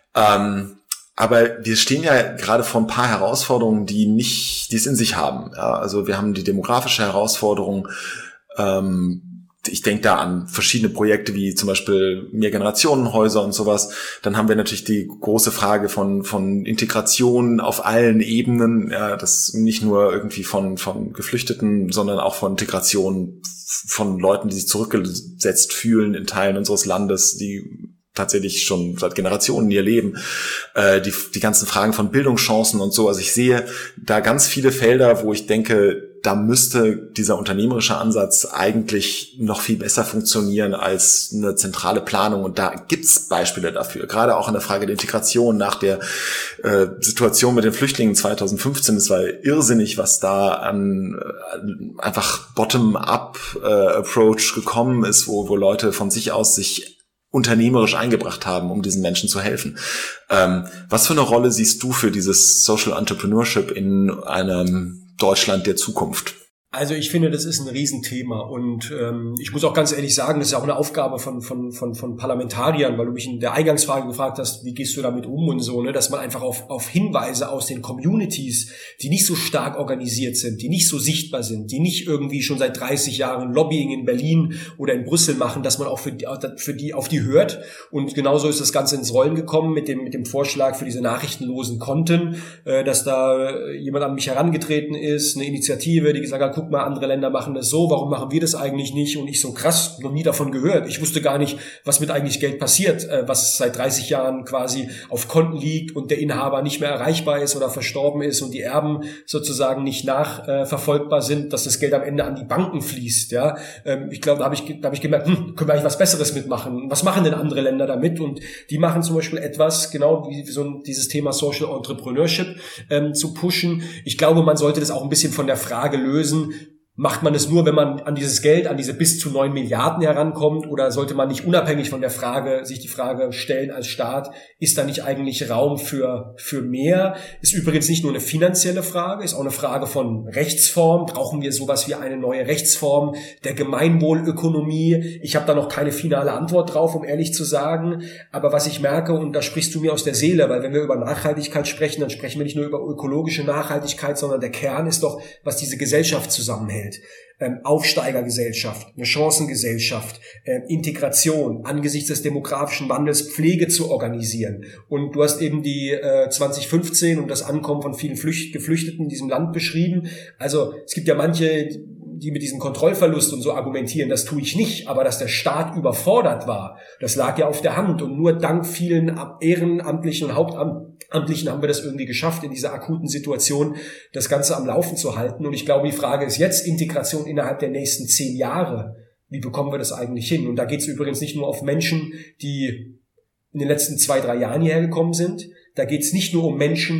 Aber wir stehen ja gerade vor ein paar Herausforderungen, die es in sich haben. Ja, also wir haben die demografische Herausforderung. Ich denke da an verschiedene Projekte wie zum Beispiel Mehrgenerationenhäuser und sowas. Dann haben wir natürlich die große Frage von Integration auf allen Ebenen. Ja, das nicht nur irgendwie von Geflüchteten, sondern auch von Integration von Leuten, die sich zurückgesetzt fühlen in Teilen unseres Landes, die tatsächlich schon seit Generationen ihr Leben, die ganzen Fragen von Bildungschancen und so. Also ich sehe da ganz viele Felder, wo ich denke, da müsste dieser unternehmerische Ansatz eigentlich noch viel besser funktionieren als eine zentrale Planung. Und da gibt's Beispiele dafür. Gerade auch in der Frage der Integration nach der Situation mit den Flüchtlingen 2015. Es war irrsinnig, was da an einfach Bottom-up-Approach gekommen ist, wo Leute von sich aus sich unternehmerisch eingebracht haben, um diesen Menschen zu helfen. Was für eine Rolle siehst du für dieses Social Entrepreneurship in einem Deutschland der Zukunft? Also ich finde, das ist ein Riesenthema und ich muss auch ganz ehrlich sagen, das ist auch eine Aufgabe von Parlamentariern, weil du mich in der Eingangsfrage gefragt hast, wie gehst du damit um und so, ne, dass man einfach auf Hinweise aus den Communities, die nicht so stark organisiert sind, die nicht so sichtbar sind, die nicht irgendwie schon seit 30 Jahren Lobbying in Berlin oder in Brüssel machen, dass man auch für die auf die hört. Und genauso ist das Ganze ins Rollen gekommen mit dem Vorschlag für diese nachrichtenlosen Konten, dass da jemand an mich herangetreten ist, eine Initiative, die gesagt hat, guck mal, andere Länder machen das so, warum machen wir das eigentlich nicht? Und ich so, krass, noch nie davon gehört. Ich wusste gar nicht, was mit eigentlich Geld passiert, was seit 30 Jahren quasi auf Konten liegt und der Inhaber nicht mehr erreichbar ist oder verstorben ist und die Erben sozusagen nicht nachverfolgbar sind, dass das Geld am Ende an die Banken fließt. Ja, ich glaube, da habe ich gemerkt, können wir eigentlich was Besseres mitmachen? Was machen denn andere Länder damit? Und die machen zum Beispiel etwas, genau wie so dieses Thema Social Entrepreneurship zu pushen. Ich glaube, man sollte das auch ein bisschen von der Frage lösen, macht man es nur, wenn man an dieses Geld, an diese bis zu 9 Milliarden herankommt, oder sollte man nicht unabhängig von der Frage, sich die Frage stellen als Staat, ist da nicht eigentlich Raum für mehr? Ist übrigens nicht nur eine finanzielle Frage, ist auch eine Frage von Rechtsform. Brauchen wir sowas wie eine neue Rechtsform der Gemeinwohlökonomie? Ich habe da noch keine finale Antwort drauf, um ehrlich zu sagen. Aber was ich merke, und da sprichst du mir aus der Seele, weil wenn wir über Nachhaltigkeit sprechen, dann sprechen wir nicht nur über ökologische Nachhaltigkeit, sondern der Kern ist doch, was diese Gesellschaft zusammenhält. Aufsteigergesellschaft, eine Chancengesellschaft, Integration, angesichts des demografischen Wandels Pflege zu organisieren. Und du hast eben die 2015 und das Ankommen von vielen Geflüchteten in diesem Land beschrieben. Also es gibt ja manche, die mit diesem Kontrollverlust und so argumentieren, das tue ich nicht, aber dass der Staat überfordert war, das lag ja auf der Hand, und nur dank vielen Ehrenamtlichen und Hauptamtlichen haben wir das irgendwie geschafft, in dieser akuten Situation das Ganze am Laufen zu halten. Und ich glaube, die Frage ist jetzt Integration innerhalb der nächsten 10 Jahre. Wie bekommen wir das eigentlich hin? Und da geht es übrigens nicht nur auf Menschen, die in den letzten 2-3 Jahren hierher gekommen sind, da geht es nicht nur um Menschen,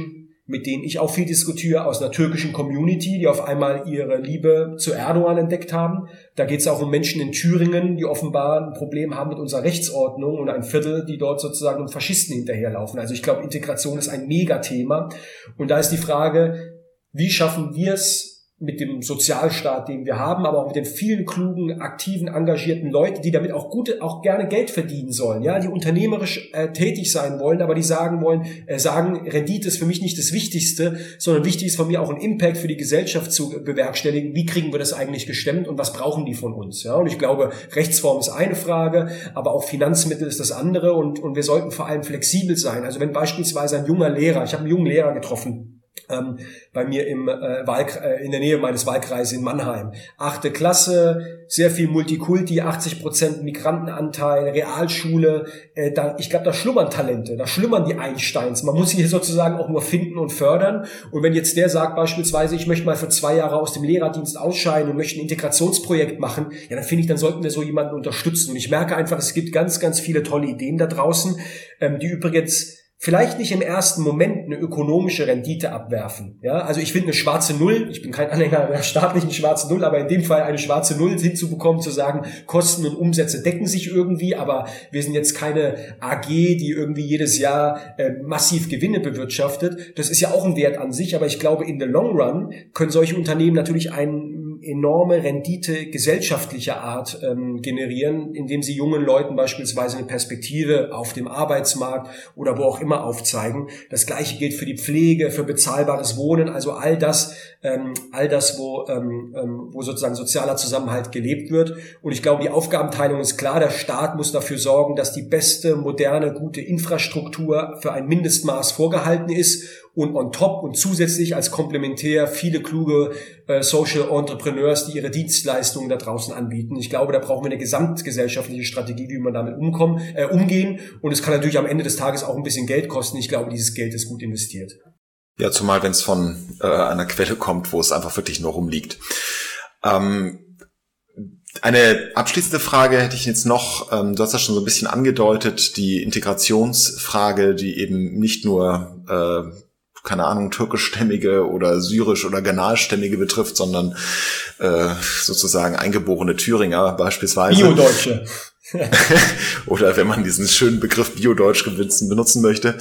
mit denen ich auch viel diskutiere, aus einer türkischen Community, die auf einmal ihre Liebe zu Erdogan entdeckt haben. Da geht es auch um Menschen in Thüringen, die offenbar ein Problem haben mit unserer Rechtsordnung und ein Viertel, die dort sozusagen um Faschisten hinterherlaufen. Also ich glaube, Integration ist ein Megathema. Und da ist die Frage, wie schaffen wir es, mit dem Sozialstaat, den wir haben, aber auch mit den vielen klugen, aktiven, engagierten Leuten, die damit auch gerne Geld verdienen sollen, ja, die unternehmerisch tätig sein wollen, aber die sagen, Rendite ist für mich nicht das Wichtigste, sondern wichtig ist von mir auch ein Impact für die Gesellschaft zu bewerkstelligen. Wie kriegen wir das eigentlich gestemmt und was brauchen die von uns? Ja, und ich glaube, Rechtsform ist eine Frage, aber auch Finanzmittel ist das andere und wir sollten vor allem flexibel sein. Also wenn beispielsweise ein junger Lehrer, ich habe einen jungen Lehrer getroffen, bei mir in der Nähe meines Wahlkreises in Mannheim. 8. Klasse, sehr viel Multikulti, 80% Migrantenanteil, Realschule. Ich glaube, da schlummern Talente, da schlummern die Einsteins. Man muss sie hier sozusagen auch nur finden und fördern. Und wenn jetzt der sagt beispielsweise, ich möchte mal für 2 Jahre aus dem Lehrerdienst ausscheiden und möchte ein Integrationsprojekt machen, ja, dann finde ich, dann sollten wir so jemanden unterstützen. Und ich merke einfach, es gibt ganz, ganz viele tolle Ideen da draußen, die übrigens vielleicht nicht im ersten Moment eine ökonomische Rendite abwerfen. Ja, also ich finde eine schwarze Null, ich bin kein Anhänger der staatlichen schwarzen Null, aber in dem Fall eine schwarze Null hinzubekommen, zu sagen, Kosten und Umsätze decken sich irgendwie, aber wir sind jetzt keine AG, die irgendwie jedes Jahr massiv Gewinne bewirtschaftet. Das ist ja auch ein Wert an sich, aber ich glaube, in the long run können solche Unternehmen natürlich einen enorme Rendite gesellschaftlicher Art generieren, indem sie jungen Leuten beispielsweise eine Perspektive auf dem Arbeitsmarkt oder wo auch immer aufzeigen. Das Gleiche gilt für die Pflege, für bezahlbares Wohnen, also all das, wo sozusagen sozialer Zusammenhalt gelebt wird. Und ich glaube, die Aufgabenteilung ist klar. Der Staat muss dafür sorgen, dass die beste, moderne, gute Infrastruktur für ein Mindestmaß vorgehalten ist und on top und zusätzlich als Komplementär viele kluge Social Entrepreneurs, die ihre Dienstleistungen da draußen anbieten. Ich glaube, da brauchen wir eine gesamtgesellschaftliche Strategie, wie wir damit umgehen. Und es kann natürlich am Ende des Tages auch ein bisschen Geld kosten. Ich glaube, dieses Geld ist gut investiert. Ja, zumal wenn es von einer Quelle kommt, wo es einfach wirklich nur rumliegt. Eine abschließende Frage hätte ich jetzt noch, du hast das schon so ein bisschen angedeutet, die Integrationsfrage, die eben nicht nur keine Ahnung, türkischstämmige oder syrisch- oder ghanastämmige betrifft, sondern sozusagen eingeborene Thüringer beispielsweise. Bio-Deutsche. Oder wenn man diesen schönen Begriff Bio-Deutsch benutzen möchte.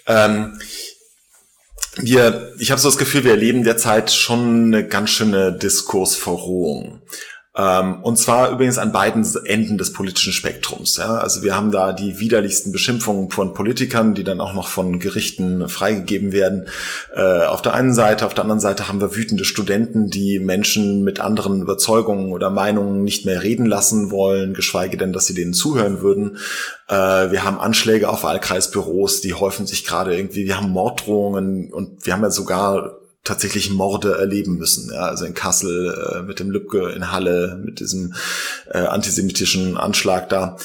Ich habe so das Gefühl, wir erleben derzeit schon eine ganz schöne Diskursverrohung. Und zwar übrigens an beiden Enden des politischen Spektrums. Ja? Also wir haben da die widerlichsten Beschimpfungen von Politikern, die dann auch noch von Gerichten freigegeben werden. Auf der einen Seite, auf der anderen Seite haben wir wütende Studenten, die Menschen mit anderen Überzeugungen oder Meinungen nicht mehr reden lassen wollen, geschweige denn, dass sie denen zuhören würden. Wir haben Anschläge auf Wahlkreisbüros, die häufen sich gerade irgendwie. Wir haben Morddrohungen und wir haben ja sogar tatsächlich Morde erleben müssen. Ja, also in Kassel mit dem Lübcke, in Halle mit diesem antisemitischen Anschlag da.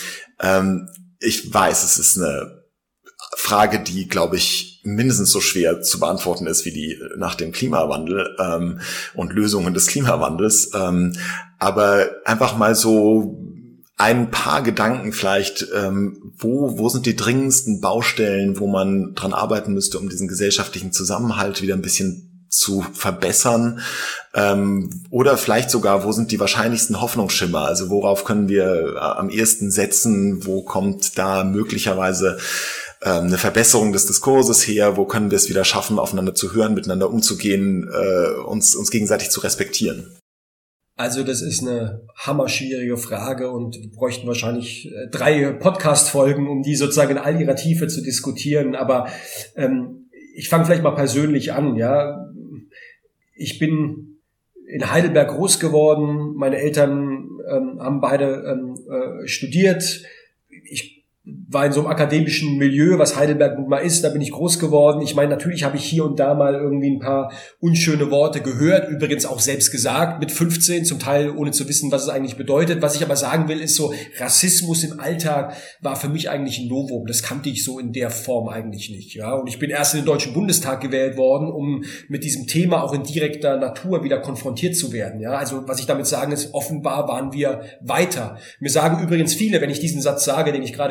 Ich weiß, es ist eine Frage, die, glaube ich, mindestens so schwer zu beantworten ist wie die nach dem Klimawandel und Lösungen des Klimawandels. Aber einfach mal so ein paar Gedanken vielleicht, wo sind die dringendsten Baustellen, wo man dran arbeiten müsste, um diesen gesellschaftlichen Zusammenhalt wieder ein bisschen zu verbessern, oder vielleicht sogar, wo sind die wahrscheinlichsten Hoffnungsschimmer, also worauf können wir am ehesten setzen, wo kommt da möglicherweise eine Verbesserung des Diskurses her, wo können wir es wieder schaffen, aufeinander zu hören, miteinander umzugehen, uns gegenseitig zu respektieren? Also das ist eine hammerschwierige Frage und wir bräuchten wahrscheinlich 3 Podcast-Folgen, um die sozusagen in all ihrer Tiefe zu diskutieren, aber ich fange vielleicht mal persönlich an, ja. Ich bin in Heidelberg groß geworden. Meine Eltern haben beide studiert. Ich war in so einem akademischen Milieu, was Heidelberg nun mal ist, da bin ich groß geworden. Ich meine, natürlich habe ich hier und da mal irgendwie ein paar unschöne Worte gehört, übrigens auch selbst gesagt, mit 15, zum Teil ohne zu wissen, was es eigentlich bedeutet. Was ich aber sagen will, ist so, Rassismus im Alltag war für mich eigentlich ein Novum. Das kannte ich so in der Form eigentlich nicht. Ja, und ich bin erst in den Deutschen Bundestag gewählt worden, um mit diesem Thema auch in direkter Natur wieder konfrontiert zu werden. Ja, also was ich damit sagen ist, offenbar waren wir weiter. Mir sagen übrigens viele, wenn ich diesen Satz sage, den ich gerade gesagt habe,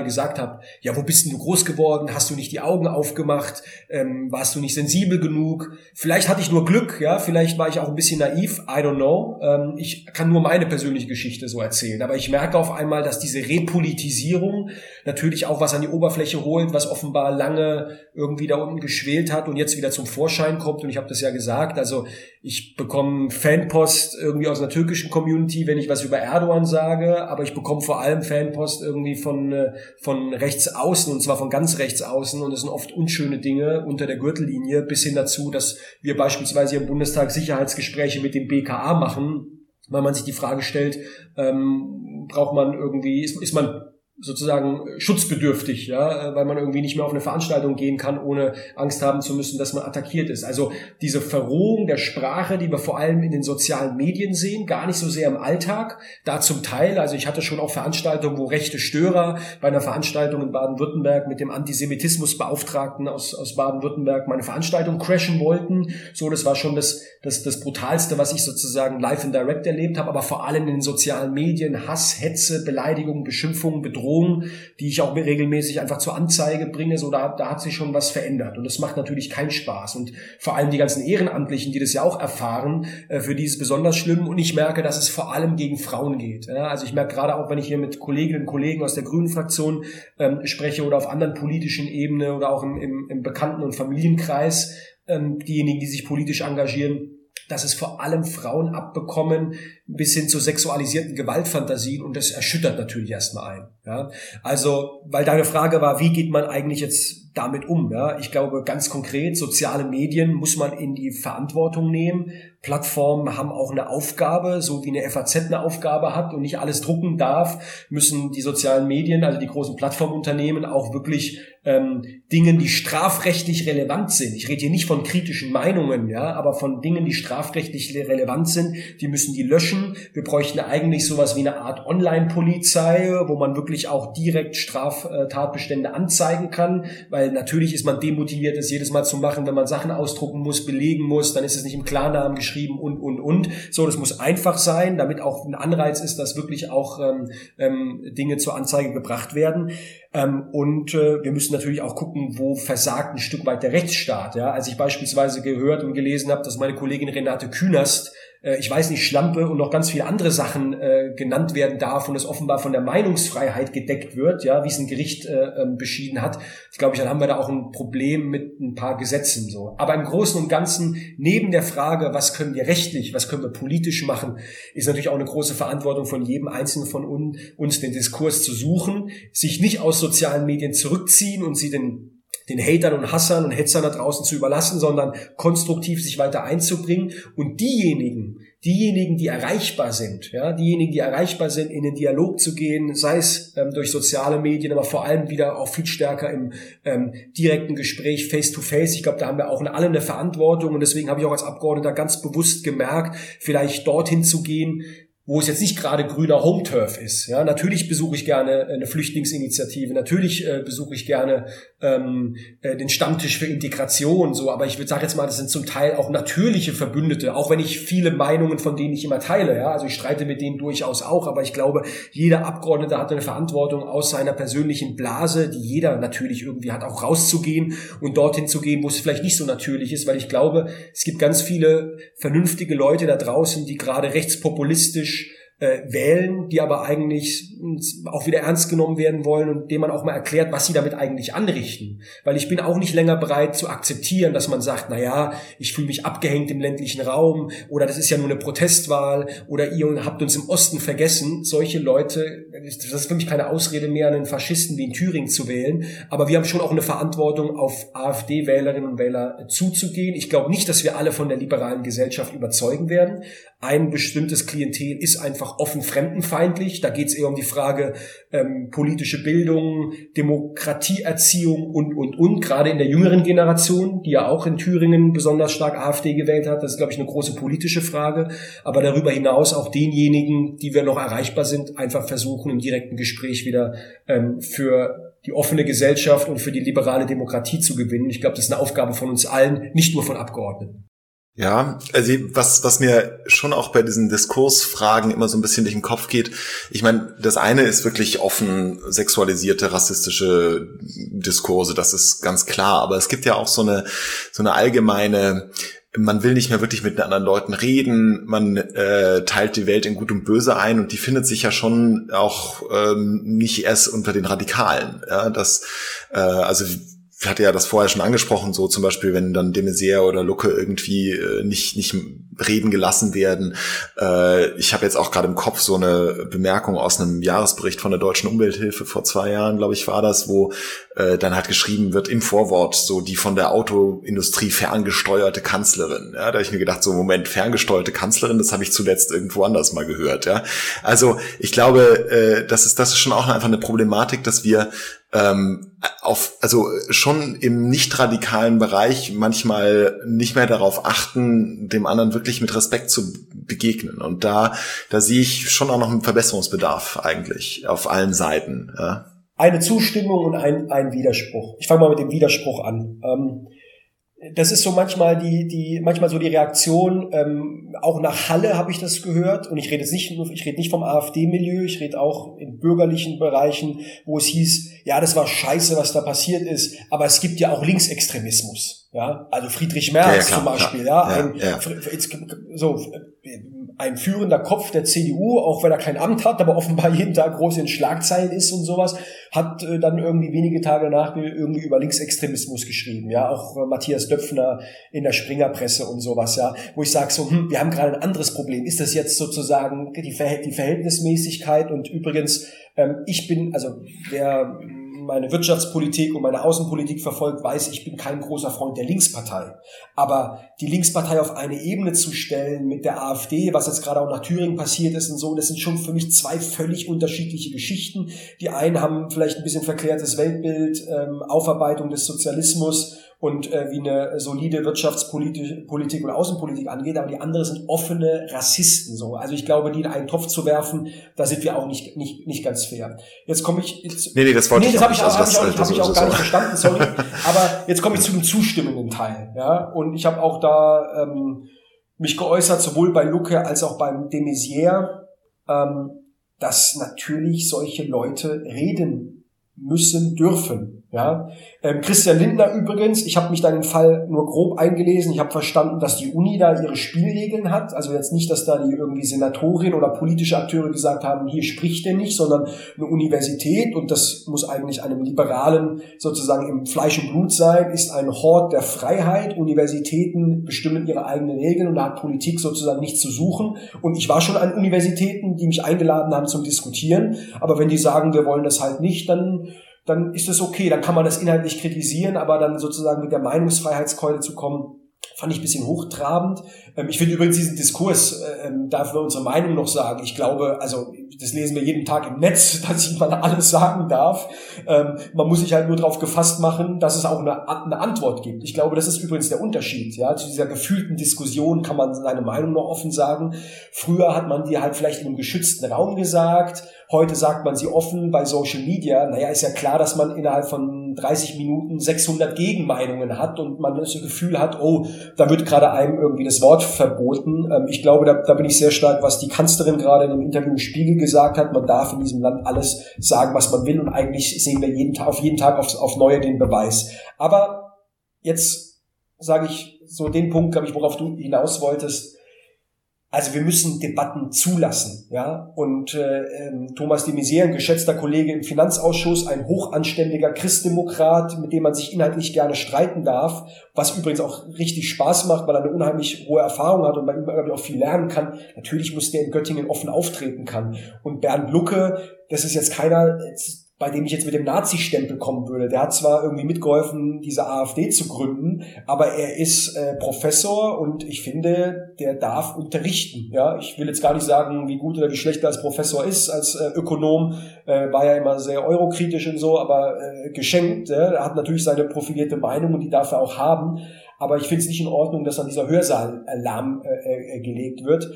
habe, ja, wo bist denn du groß geworden? Hast du nicht die Augen aufgemacht? Warst du nicht sensibel genug? Vielleicht hatte ich nur Glück, ja, vielleicht war ich auch ein bisschen naiv, I don't know. Ich kann nur meine persönliche Geschichte so erzählen, aber ich merke auf einmal, dass diese Repolitisierung natürlich auch was an die Oberfläche holt, was offenbar lange irgendwie da unten geschwelt hat und jetzt wieder zum Vorschein kommt. Und ich habe das ja gesagt, also ich bekomme Fanpost irgendwie aus einer türkischen Community, wenn ich was über Erdogan sage, aber ich bekomme vor allem Fanpost irgendwie von rechts außen, und zwar von ganz rechts außen, und es sind oft unschöne Dinge unter der Gürtellinie, bis hin dazu, dass wir beispielsweise hier im Bundestag Sicherheitsgespräche mit dem BKA machen, weil man sich die Frage stellt, braucht man irgendwie, ist man sozusagen schutzbedürftig, ja, weil man irgendwie nicht mehr auf eine Veranstaltung gehen kann, ohne Angst haben zu müssen, dass man attackiert ist. Also diese Verrohung der Sprache, die wir vor allem in den sozialen Medien sehen, gar nicht so sehr im Alltag, da zum Teil, also ich hatte schon auch Veranstaltungen, wo rechte Störer bei einer Veranstaltung in Baden-Württemberg mit dem Antisemitismusbeauftragten aus Baden-Württemberg meine Veranstaltung crashen wollten. So, das war schon das Brutalste, was ich sozusagen live and direct erlebt habe, aber vor allem in den sozialen Medien, Hass, Hetze, Beleidigung, Beschimpfung, Bedrohung, die ich auch regelmäßig einfach zur Anzeige bringe, so da hat sich schon was verändert. Und das macht natürlich keinen Spaß. Und vor allem die ganzen Ehrenamtlichen, die das ja auch erfahren, für die ist es besonders schlimm. Und ich merke, dass es vor allem gegen Frauen geht. Ja, also ich merke gerade auch, wenn ich hier mit Kolleginnen und Kollegen aus der Grünen-Fraktion spreche oder auf anderen politischen Ebenen oder auch im Bekannten- und Familienkreis, diejenigen, die sich politisch engagieren, dass es vor allem Frauen abbekommen, bis hin zu sexualisierten Gewaltfantasien, und das erschüttert natürlich erstmal einen. Ja? Also, weil deine Frage war, wie geht man eigentlich jetzt damit um? Ja? Ich glaube, ganz konkret, soziale Medien muss man in die Verantwortung nehmen. Plattformen haben auch eine Aufgabe, so wie eine FAZ eine Aufgabe hat und nicht alles drucken darf, müssen die sozialen Medien, also die großen Plattformunternehmen, auch wirklich Dingen, die strafrechtlich relevant sind. Ich rede hier nicht von kritischen Meinungen, ja, aber von Dingen, die strafrechtlich relevant sind, die müssen die löschen. Wir bräuchten eigentlich sowas wie eine Art Online-Polizei, wo man wirklich auch direkt Straftatbestände anzeigen kann, weil natürlich ist man demotiviert, das jedes Mal zu machen, wenn man Sachen ausdrucken muss, belegen muss, dann ist es nicht im Klarnamen geschrieben und. So, das muss einfach sein, damit auch ein Anreiz ist, dass wirklich auch Dinge zur Anzeige gebracht werden. Und wir müssen natürlich auch gucken, wo versagt ein Stück weit der Rechtsstaat. Ja? Als ich beispielsweise gehört und gelesen habe, dass meine Kollegin Renate Künast, ich weiß nicht, Schlampe und noch ganz viele andere Sachen genannt werden darf und es offenbar von der Meinungsfreiheit gedeckt wird, ja, wie es ein Gericht beschieden hat, ich glaube, dann haben wir da auch ein Problem mit ein paar Gesetzen. So. Aber im Großen und Ganzen, neben der Frage, was können wir rechtlich, was können wir politisch machen, ist natürlich auch eine große Verantwortung von jedem Einzelnen von uns, den Diskurs zu suchen, sich nicht aus sozialen Medien zurückziehen und sie den Hatern und Hassern und Hetzern da draußen zu überlassen, sondern konstruktiv sich weiter einzubringen und diejenigen, die erreichbar sind, ja, diejenigen, die erreichbar sind, in den Dialog zu gehen, sei es durch soziale Medien, aber vor allem wieder auch viel stärker im direkten Gespräch, face-to-face. Ich glaube, da haben wir auch alle eine Verantwortung, und deswegen habe ich auch als Abgeordneter ganz bewusst gemerkt, vielleicht dorthin zu gehen, wo es jetzt nicht gerade grüner Home-Turf ist. Ja, natürlich besuche ich gerne eine Flüchtlingsinitiative, natürlich besuche ich gerne den Stammtisch für Integration, so, aber ich würde sagen jetzt mal, das sind zum Teil auch natürliche Verbündete, auch wenn ich viele Meinungen von denen nicht immer teile, ja, also ich streite mit denen durchaus auch, aber ich glaube, jeder Abgeordnete hat eine Verantwortung aus seiner persönlichen Blase, die jeder natürlich irgendwie hat, auch rauszugehen und dorthin zu gehen, wo es vielleicht nicht so natürlich ist, weil ich glaube, es gibt ganz viele vernünftige Leute da draußen, die gerade rechtspopulistisch wählen, die aber eigentlich auch wieder ernst genommen werden wollen und denen man auch mal erklärt, was sie damit eigentlich anrichten. Weil ich bin auch nicht länger bereit zu akzeptieren, dass man sagt, na ja, ich fühle mich abgehängt im ländlichen Raum oder das ist ja nur eine Protestwahl oder ihr habt uns im Osten vergessen. Solche Leute, das ist für mich keine Ausrede mehr, einen Faschisten wie in Thüringen zu wählen, aber wir haben schon auch eine Verantwortung, auf AfD-Wählerinnen und Wähler zuzugehen. Ich glaube nicht, dass wir alle von der liberalen Gesellschaft überzeugen werden. Ein bestimmtes Klientel ist einfach offen fremdenfeindlich. Da geht es eher um die Frage politische Bildung, Demokratieerziehung und. Gerade in der jüngeren Generation, die ja auch in Thüringen besonders stark AfD gewählt hat. Das ist, glaube ich, eine große politische Frage. Aber darüber hinaus auch denjenigen, die wir noch erreichbar sind, einfach versuchen, im direkten Gespräch wieder für die offene Gesellschaft und für die liberale Demokratie zu gewinnen. Ich glaube, das ist eine Aufgabe von uns allen, nicht nur von Abgeordneten. Ja, also was mir schon auch bei diesen Diskursfragen immer so ein bisschen durch den Kopf geht, ich meine, das eine ist wirklich offen sexualisierte, rassistische Diskurse, das ist ganz klar, aber es gibt ja auch so eine allgemeine, man will nicht mehr wirklich mit anderen Leuten reden, man teilt die Welt in Gut und Böse ein und die findet sich ja schon auch nicht erst unter den Radikalen. Ja, also ich hatte ja das vorher schon angesprochen, so zum Beispiel, wenn dann de Maizière oder Lucke irgendwie nicht reden gelassen werden. Ich habe jetzt auch gerade im Kopf so eine Bemerkung aus einem Jahresbericht von der Deutschen Umwelthilfe vor 2 Jahren, glaube ich, war das, wo dann halt geschrieben wird im Vorwort so die von der Autoindustrie ferngesteuerte Kanzlerin. Ja, da habe ich mir gedacht, so Moment, ferngesteuerte Kanzlerin, das habe ich zuletzt irgendwo anders mal gehört. Ja, also ich glaube, das ist schon auch einfach eine Problematik, dass wir also schon im nicht-radikalen Bereich manchmal nicht mehr darauf achten, dem anderen wirklich mit Respekt zu begegnen. Und da sehe ich schon auch noch einen Verbesserungsbedarf eigentlich auf allen Seiten. Ja. Eine Zustimmung und ein Widerspruch. Ich fange mal mit dem Widerspruch an. Das ist so manchmal manchmal so die Reaktion, auch nach Halle habe ich das gehört, und ich rede nicht vom AfD-Milieu, ich rede auch in bürgerlichen Bereichen, wo es hieß, ja, das war scheiße, was da passiert ist, aber es gibt ja auch Linksextremismus, ja, also Friedrich Merz zum Beispiel, ein führender Kopf der CDU, auch wenn er kein Amt hat, aber offenbar jeden Tag groß in Schlagzeilen ist und sowas, hat dann irgendwie wenige Tage danach irgendwie über Linksextremismus geschrieben, ja, auch Matthias Döpfner in der Springerpresse und sowas, ja, wo ich sage so, wir haben gerade ein anderes Problem. Ist das jetzt sozusagen die Verhältnismäßigkeit? Und übrigens, wer meine Wirtschaftspolitik und meine Außenpolitik verfolgt, weiß, ich bin kein großer Freund der Linkspartei. Aber die Linkspartei auf eine Ebene zu stellen mit der AfD, was jetzt gerade auch nach Thüringen passiert ist und so, das sind schon für mich 2 völlig unterschiedliche Geschichten. Die einen haben vielleicht ein bisschen verklärtes Weltbild, Aufarbeitung des Sozialismus und wie eine solide Wirtschaftspolitik und Außenpolitik angeht, aber die anderen sind offene Rassisten, so. Also ich glaube, die in einen Topf zu werfen, da sind wir auch nicht ganz fair. Jetzt komme ich Nee, das wollte ich auch nicht. Habe ich auch gar nicht verstanden, sorry. Aber jetzt komme ich zu dem zustimmenden Teil, ja. Und ich habe auch da mich geäußert, sowohl bei Lucke als auch beim de Maizière, dass natürlich solche Leute reden müssen, dürfen. Ja, Christian Lindner übrigens, ich habe mich da in den Fall nur grob eingelesen, ich habe verstanden, dass die Uni da ihre Spielregeln hat, also jetzt nicht, dass da die irgendwie Senatorin oder politische Akteure gesagt haben, hier spricht der nicht, sondern eine Universität, und das muss eigentlich einem Liberalen sozusagen im Fleisch und Blut sein, ist ein Hort der Freiheit. Universitäten bestimmen ihre eigenen Regeln und da hat Politik sozusagen nichts zu suchen, und ich war schon an Universitäten, die mich eingeladen haben zum Diskutieren, aber wenn die sagen, wir wollen das halt nicht, dann ist es okay, dann kann man das inhaltlich kritisieren, aber dann sozusagen mit der Meinungsfreiheitskeule zu kommen, fand ich ein bisschen hochtrabend. Ich finde übrigens diesen Diskurs, darf man unsere Meinung noch sagen. Ich glaube, also das lesen wir jeden Tag im Netz, dass man alles sagen darf. Man muss sich halt nur darauf gefasst machen, dass es auch eine Antwort gibt. Ich glaube, das ist übrigens der Unterschied. Ja, zu dieser gefühlten Diskussion kann man seine Meinung noch offen sagen. Früher hat man die halt vielleicht in einem geschützten Raum gesagt. Heute sagt man sie offen bei Social Media. Naja, ist ja klar, dass man innerhalb von 30 Minuten 600 Gegenmeinungen hat und man das Gefühl hat, oh, da wird gerade einem irgendwie das Wort verboten. Ich glaube, da bin ich sehr stark, was die Kanzlerin gerade in einem Interview im Spiegel gesagt hat. Man darf in diesem Land alles sagen, was man will, und eigentlich sehen wir jeden Tag auf Neue den Beweis. Aber jetzt sage ich so den Punkt, glaube ich, worauf du hinaus wolltest. Also wir müssen Debatten zulassen, ja. Und Thomas de Maizière, ein geschätzter Kollege im Finanzausschuss, ein hochanständiger Christdemokrat, mit dem man sich inhaltlich gerne streiten darf, was übrigens auch richtig Spaß macht, weil er eine unheimlich hohe Erfahrung hat und bei ihm auch viel lernen kann. Natürlich muss der in Göttingen offen auftreten kann. Und Bernd Lucke, das ist jetzt keiner, bei dem ich jetzt mit dem Nazi-Stempel kommen würde. Der hat zwar irgendwie mitgeholfen, diese AfD zu gründen, aber er ist Professor, und ich finde, der darf unterrichten. Ja, ich will jetzt gar nicht sagen, wie gut oder wie schlecht er als Professor ist, als Ökonom, war ja immer sehr eurokritisch und so, aber geschenkt. Er hat natürlich seine profilierte Meinung und die darf er auch haben. Aber ich finde es nicht in Ordnung, dass dann dieser Hörsaal lahmgelegt wird.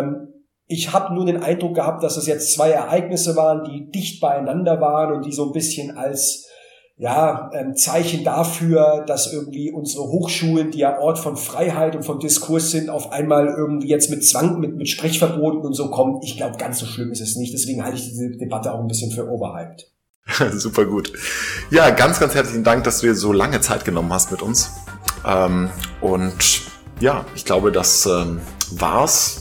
Ich habe nur den Eindruck gehabt, dass es jetzt 2 Ereignisse waren, die dicht beieinander waren und die so ein bisschen als Zeichen dafür, dass irgendwie unsere Hochschulen, die ja Ort von Freiheit und von Diskurs sind, auf einmal irgendwie jetzt mit Zwang, mit Sprechverboten und so kommen. Ich glaube, ganz so schlimm ist es nicht. Deswegen halte ich diese Debatte auch ein bisschen für overhyped. Super gut. Ja, ganz, ganz herzlichen Dank, dass du dir so lange Zeit genommen hast mit uns. Und ja, ich glaube, das war's.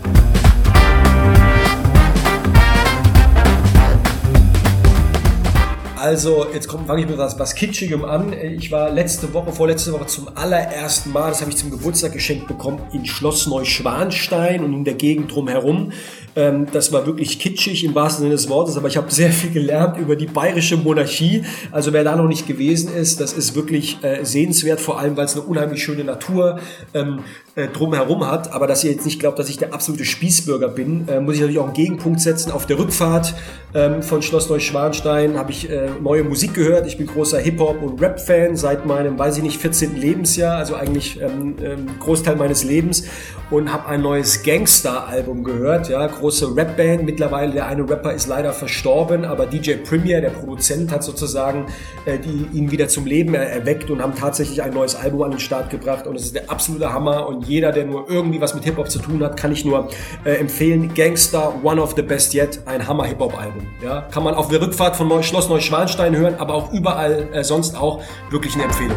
Also, jetzt fange ich mit was Kitschigem an. Ich war vorletzte Woche zum allerersten Mal, das habe ich zum Geburtstag geschenkt bekommen, in Schloss Neuschwanstein und in der Gegend drumherum. Das war wirklich kitschig im wahrsten Sinne des Wortes, aber ich habe sehr viel gelernt über die bayerische Monarchie. Also wer da noch nicht gewesen ist, das ist wirklich sehenswert, vor allem weil es eine unheimlich schöne Natur drumherum hat. Aber dass ihr jetzt nicht glaubt, dass ich der absolute Spießbürger bin, muss ich natürlich auch einen Gegenpunkt setzen. Auf der Rückfahrt von Schloss Neuschwanstein habe ich neue Musik gehört. Ich bin großer Hip-Hop- und Rap-Fan seit meinem, 14. Lebensjahr, also eigentlich Großteil meines Lebens, und habe ein neues Gangster-Album gehört. Ja, große Rap-Band. Mittlerweile, der eine Rapper ist leider verstorben, aber DJ Premier, der Produzent, hat sozusagen ihn wieder zum Leben erweckt und haben tatsächlich ein neues Album an den Start gebracht, und es ist der absolute Hammer, und jeder, der nur irgendwie was mit Hip-Hop zu tun hat, kann ich nur empfehlen. Gangster, one of the best yet, ein Hammer-Hip-Hop-Album. Ja, kann man auf der Rückfahrt von Schloss Neuschwanstein hören, aber auch überall sonst auch wirklich eine Empfehlung.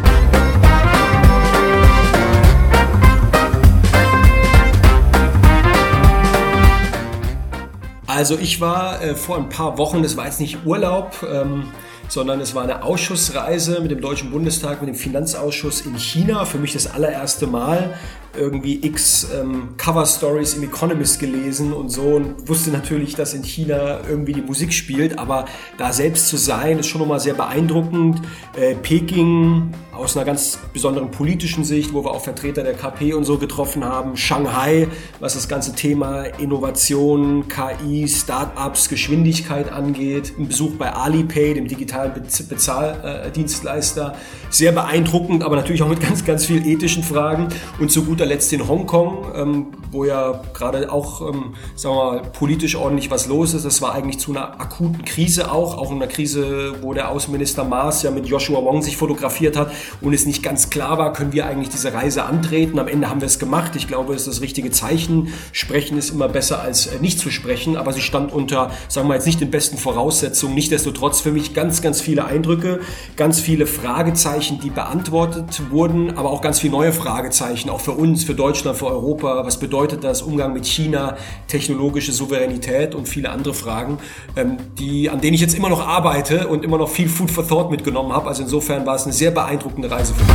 Also ich war vor ein paar Wochen, das war jetzt nicht Urlaub, sondern es war eine Ausschussreise mit dem Deutschen Bundestag, mit dem Finanzausschuss in China. Für mich das allererste Mal irgendwie Cover-Stories im Economist gelesen und so, und wusste natürlich, dass in China irgendwie die Musik spielt, aber da selbst zu sein, ist schon nochmal sehr beeindruckend. Peking aus einer ganz besonderen politischen Sicht, wo wir auch Vertreter der KP und so getroffen haben. Shanghai, was das ganze Thema Innovation, KI, Start-ups, Geschwindigkeit angeht. Ein Besuch bei Alipay, dem digitalen Bezahldienstleister. Sehr beeindruckend, aber natürlich auch mit ganz, ganz vielen ethischen Fragen. Und zu guter Letzt in Hongkong, wo ja gerade auch, sagen wir mal, politisch ordentlich was los ist. Das war eigentlich zu einer akuten Krise auch in einer Krise, wo der Außenminister Maas ja mit Joshua Wong sich fotografiert hat und es nicht ganz klar war, können wir eigentlich diese Reise antreten. Am Ende haben wir es gemacht. Ich glaube, es ist das richtige Zeichen. Sprechen ist immer besser als nicht zu sprechen, aber sie stand unter, sagen wir jetzt nicht den besten Voraussetzungen. Nichtsdestotrotz für mich ganz, ganz viele Eindrücke, ganz viele Fragezeichen, die beantwortet wurden, aber auch ganz viele neue Fragezeichen, auch für uns, für Deutschland, für Europa. Was bedeutet das? Umgang mit China, technologische Souveränität und viele andere Fragen, an denen ich jetzt immer noch arbeite und immer noch viel Food for Thought mitgenommen habe. Also insofern war es eine sehr beeindruckende Reise für mich.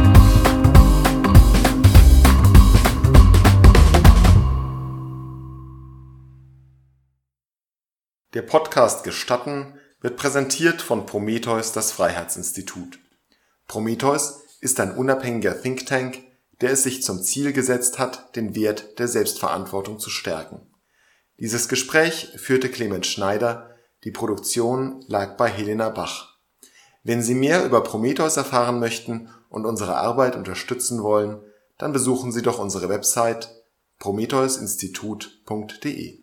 Der Podcast Gestatten wird präsentiert von Prometheus, das Freiheitsinstitut. Prometheus ist ein unabhängiger Think Tank, der es sich zum Ziel gesetzt hat, den Wert der Selbstverantwortung zu stärken. Dieses Gespräch führte Clemens Schneider, die Produktion lag bei Helena Bach. Wenn Sie mehr über Prometheus erfahren möchten und unsere Arbeit unterstützen wollen, dann besuchen Sie doch unsere Website prometheusinstitut.de.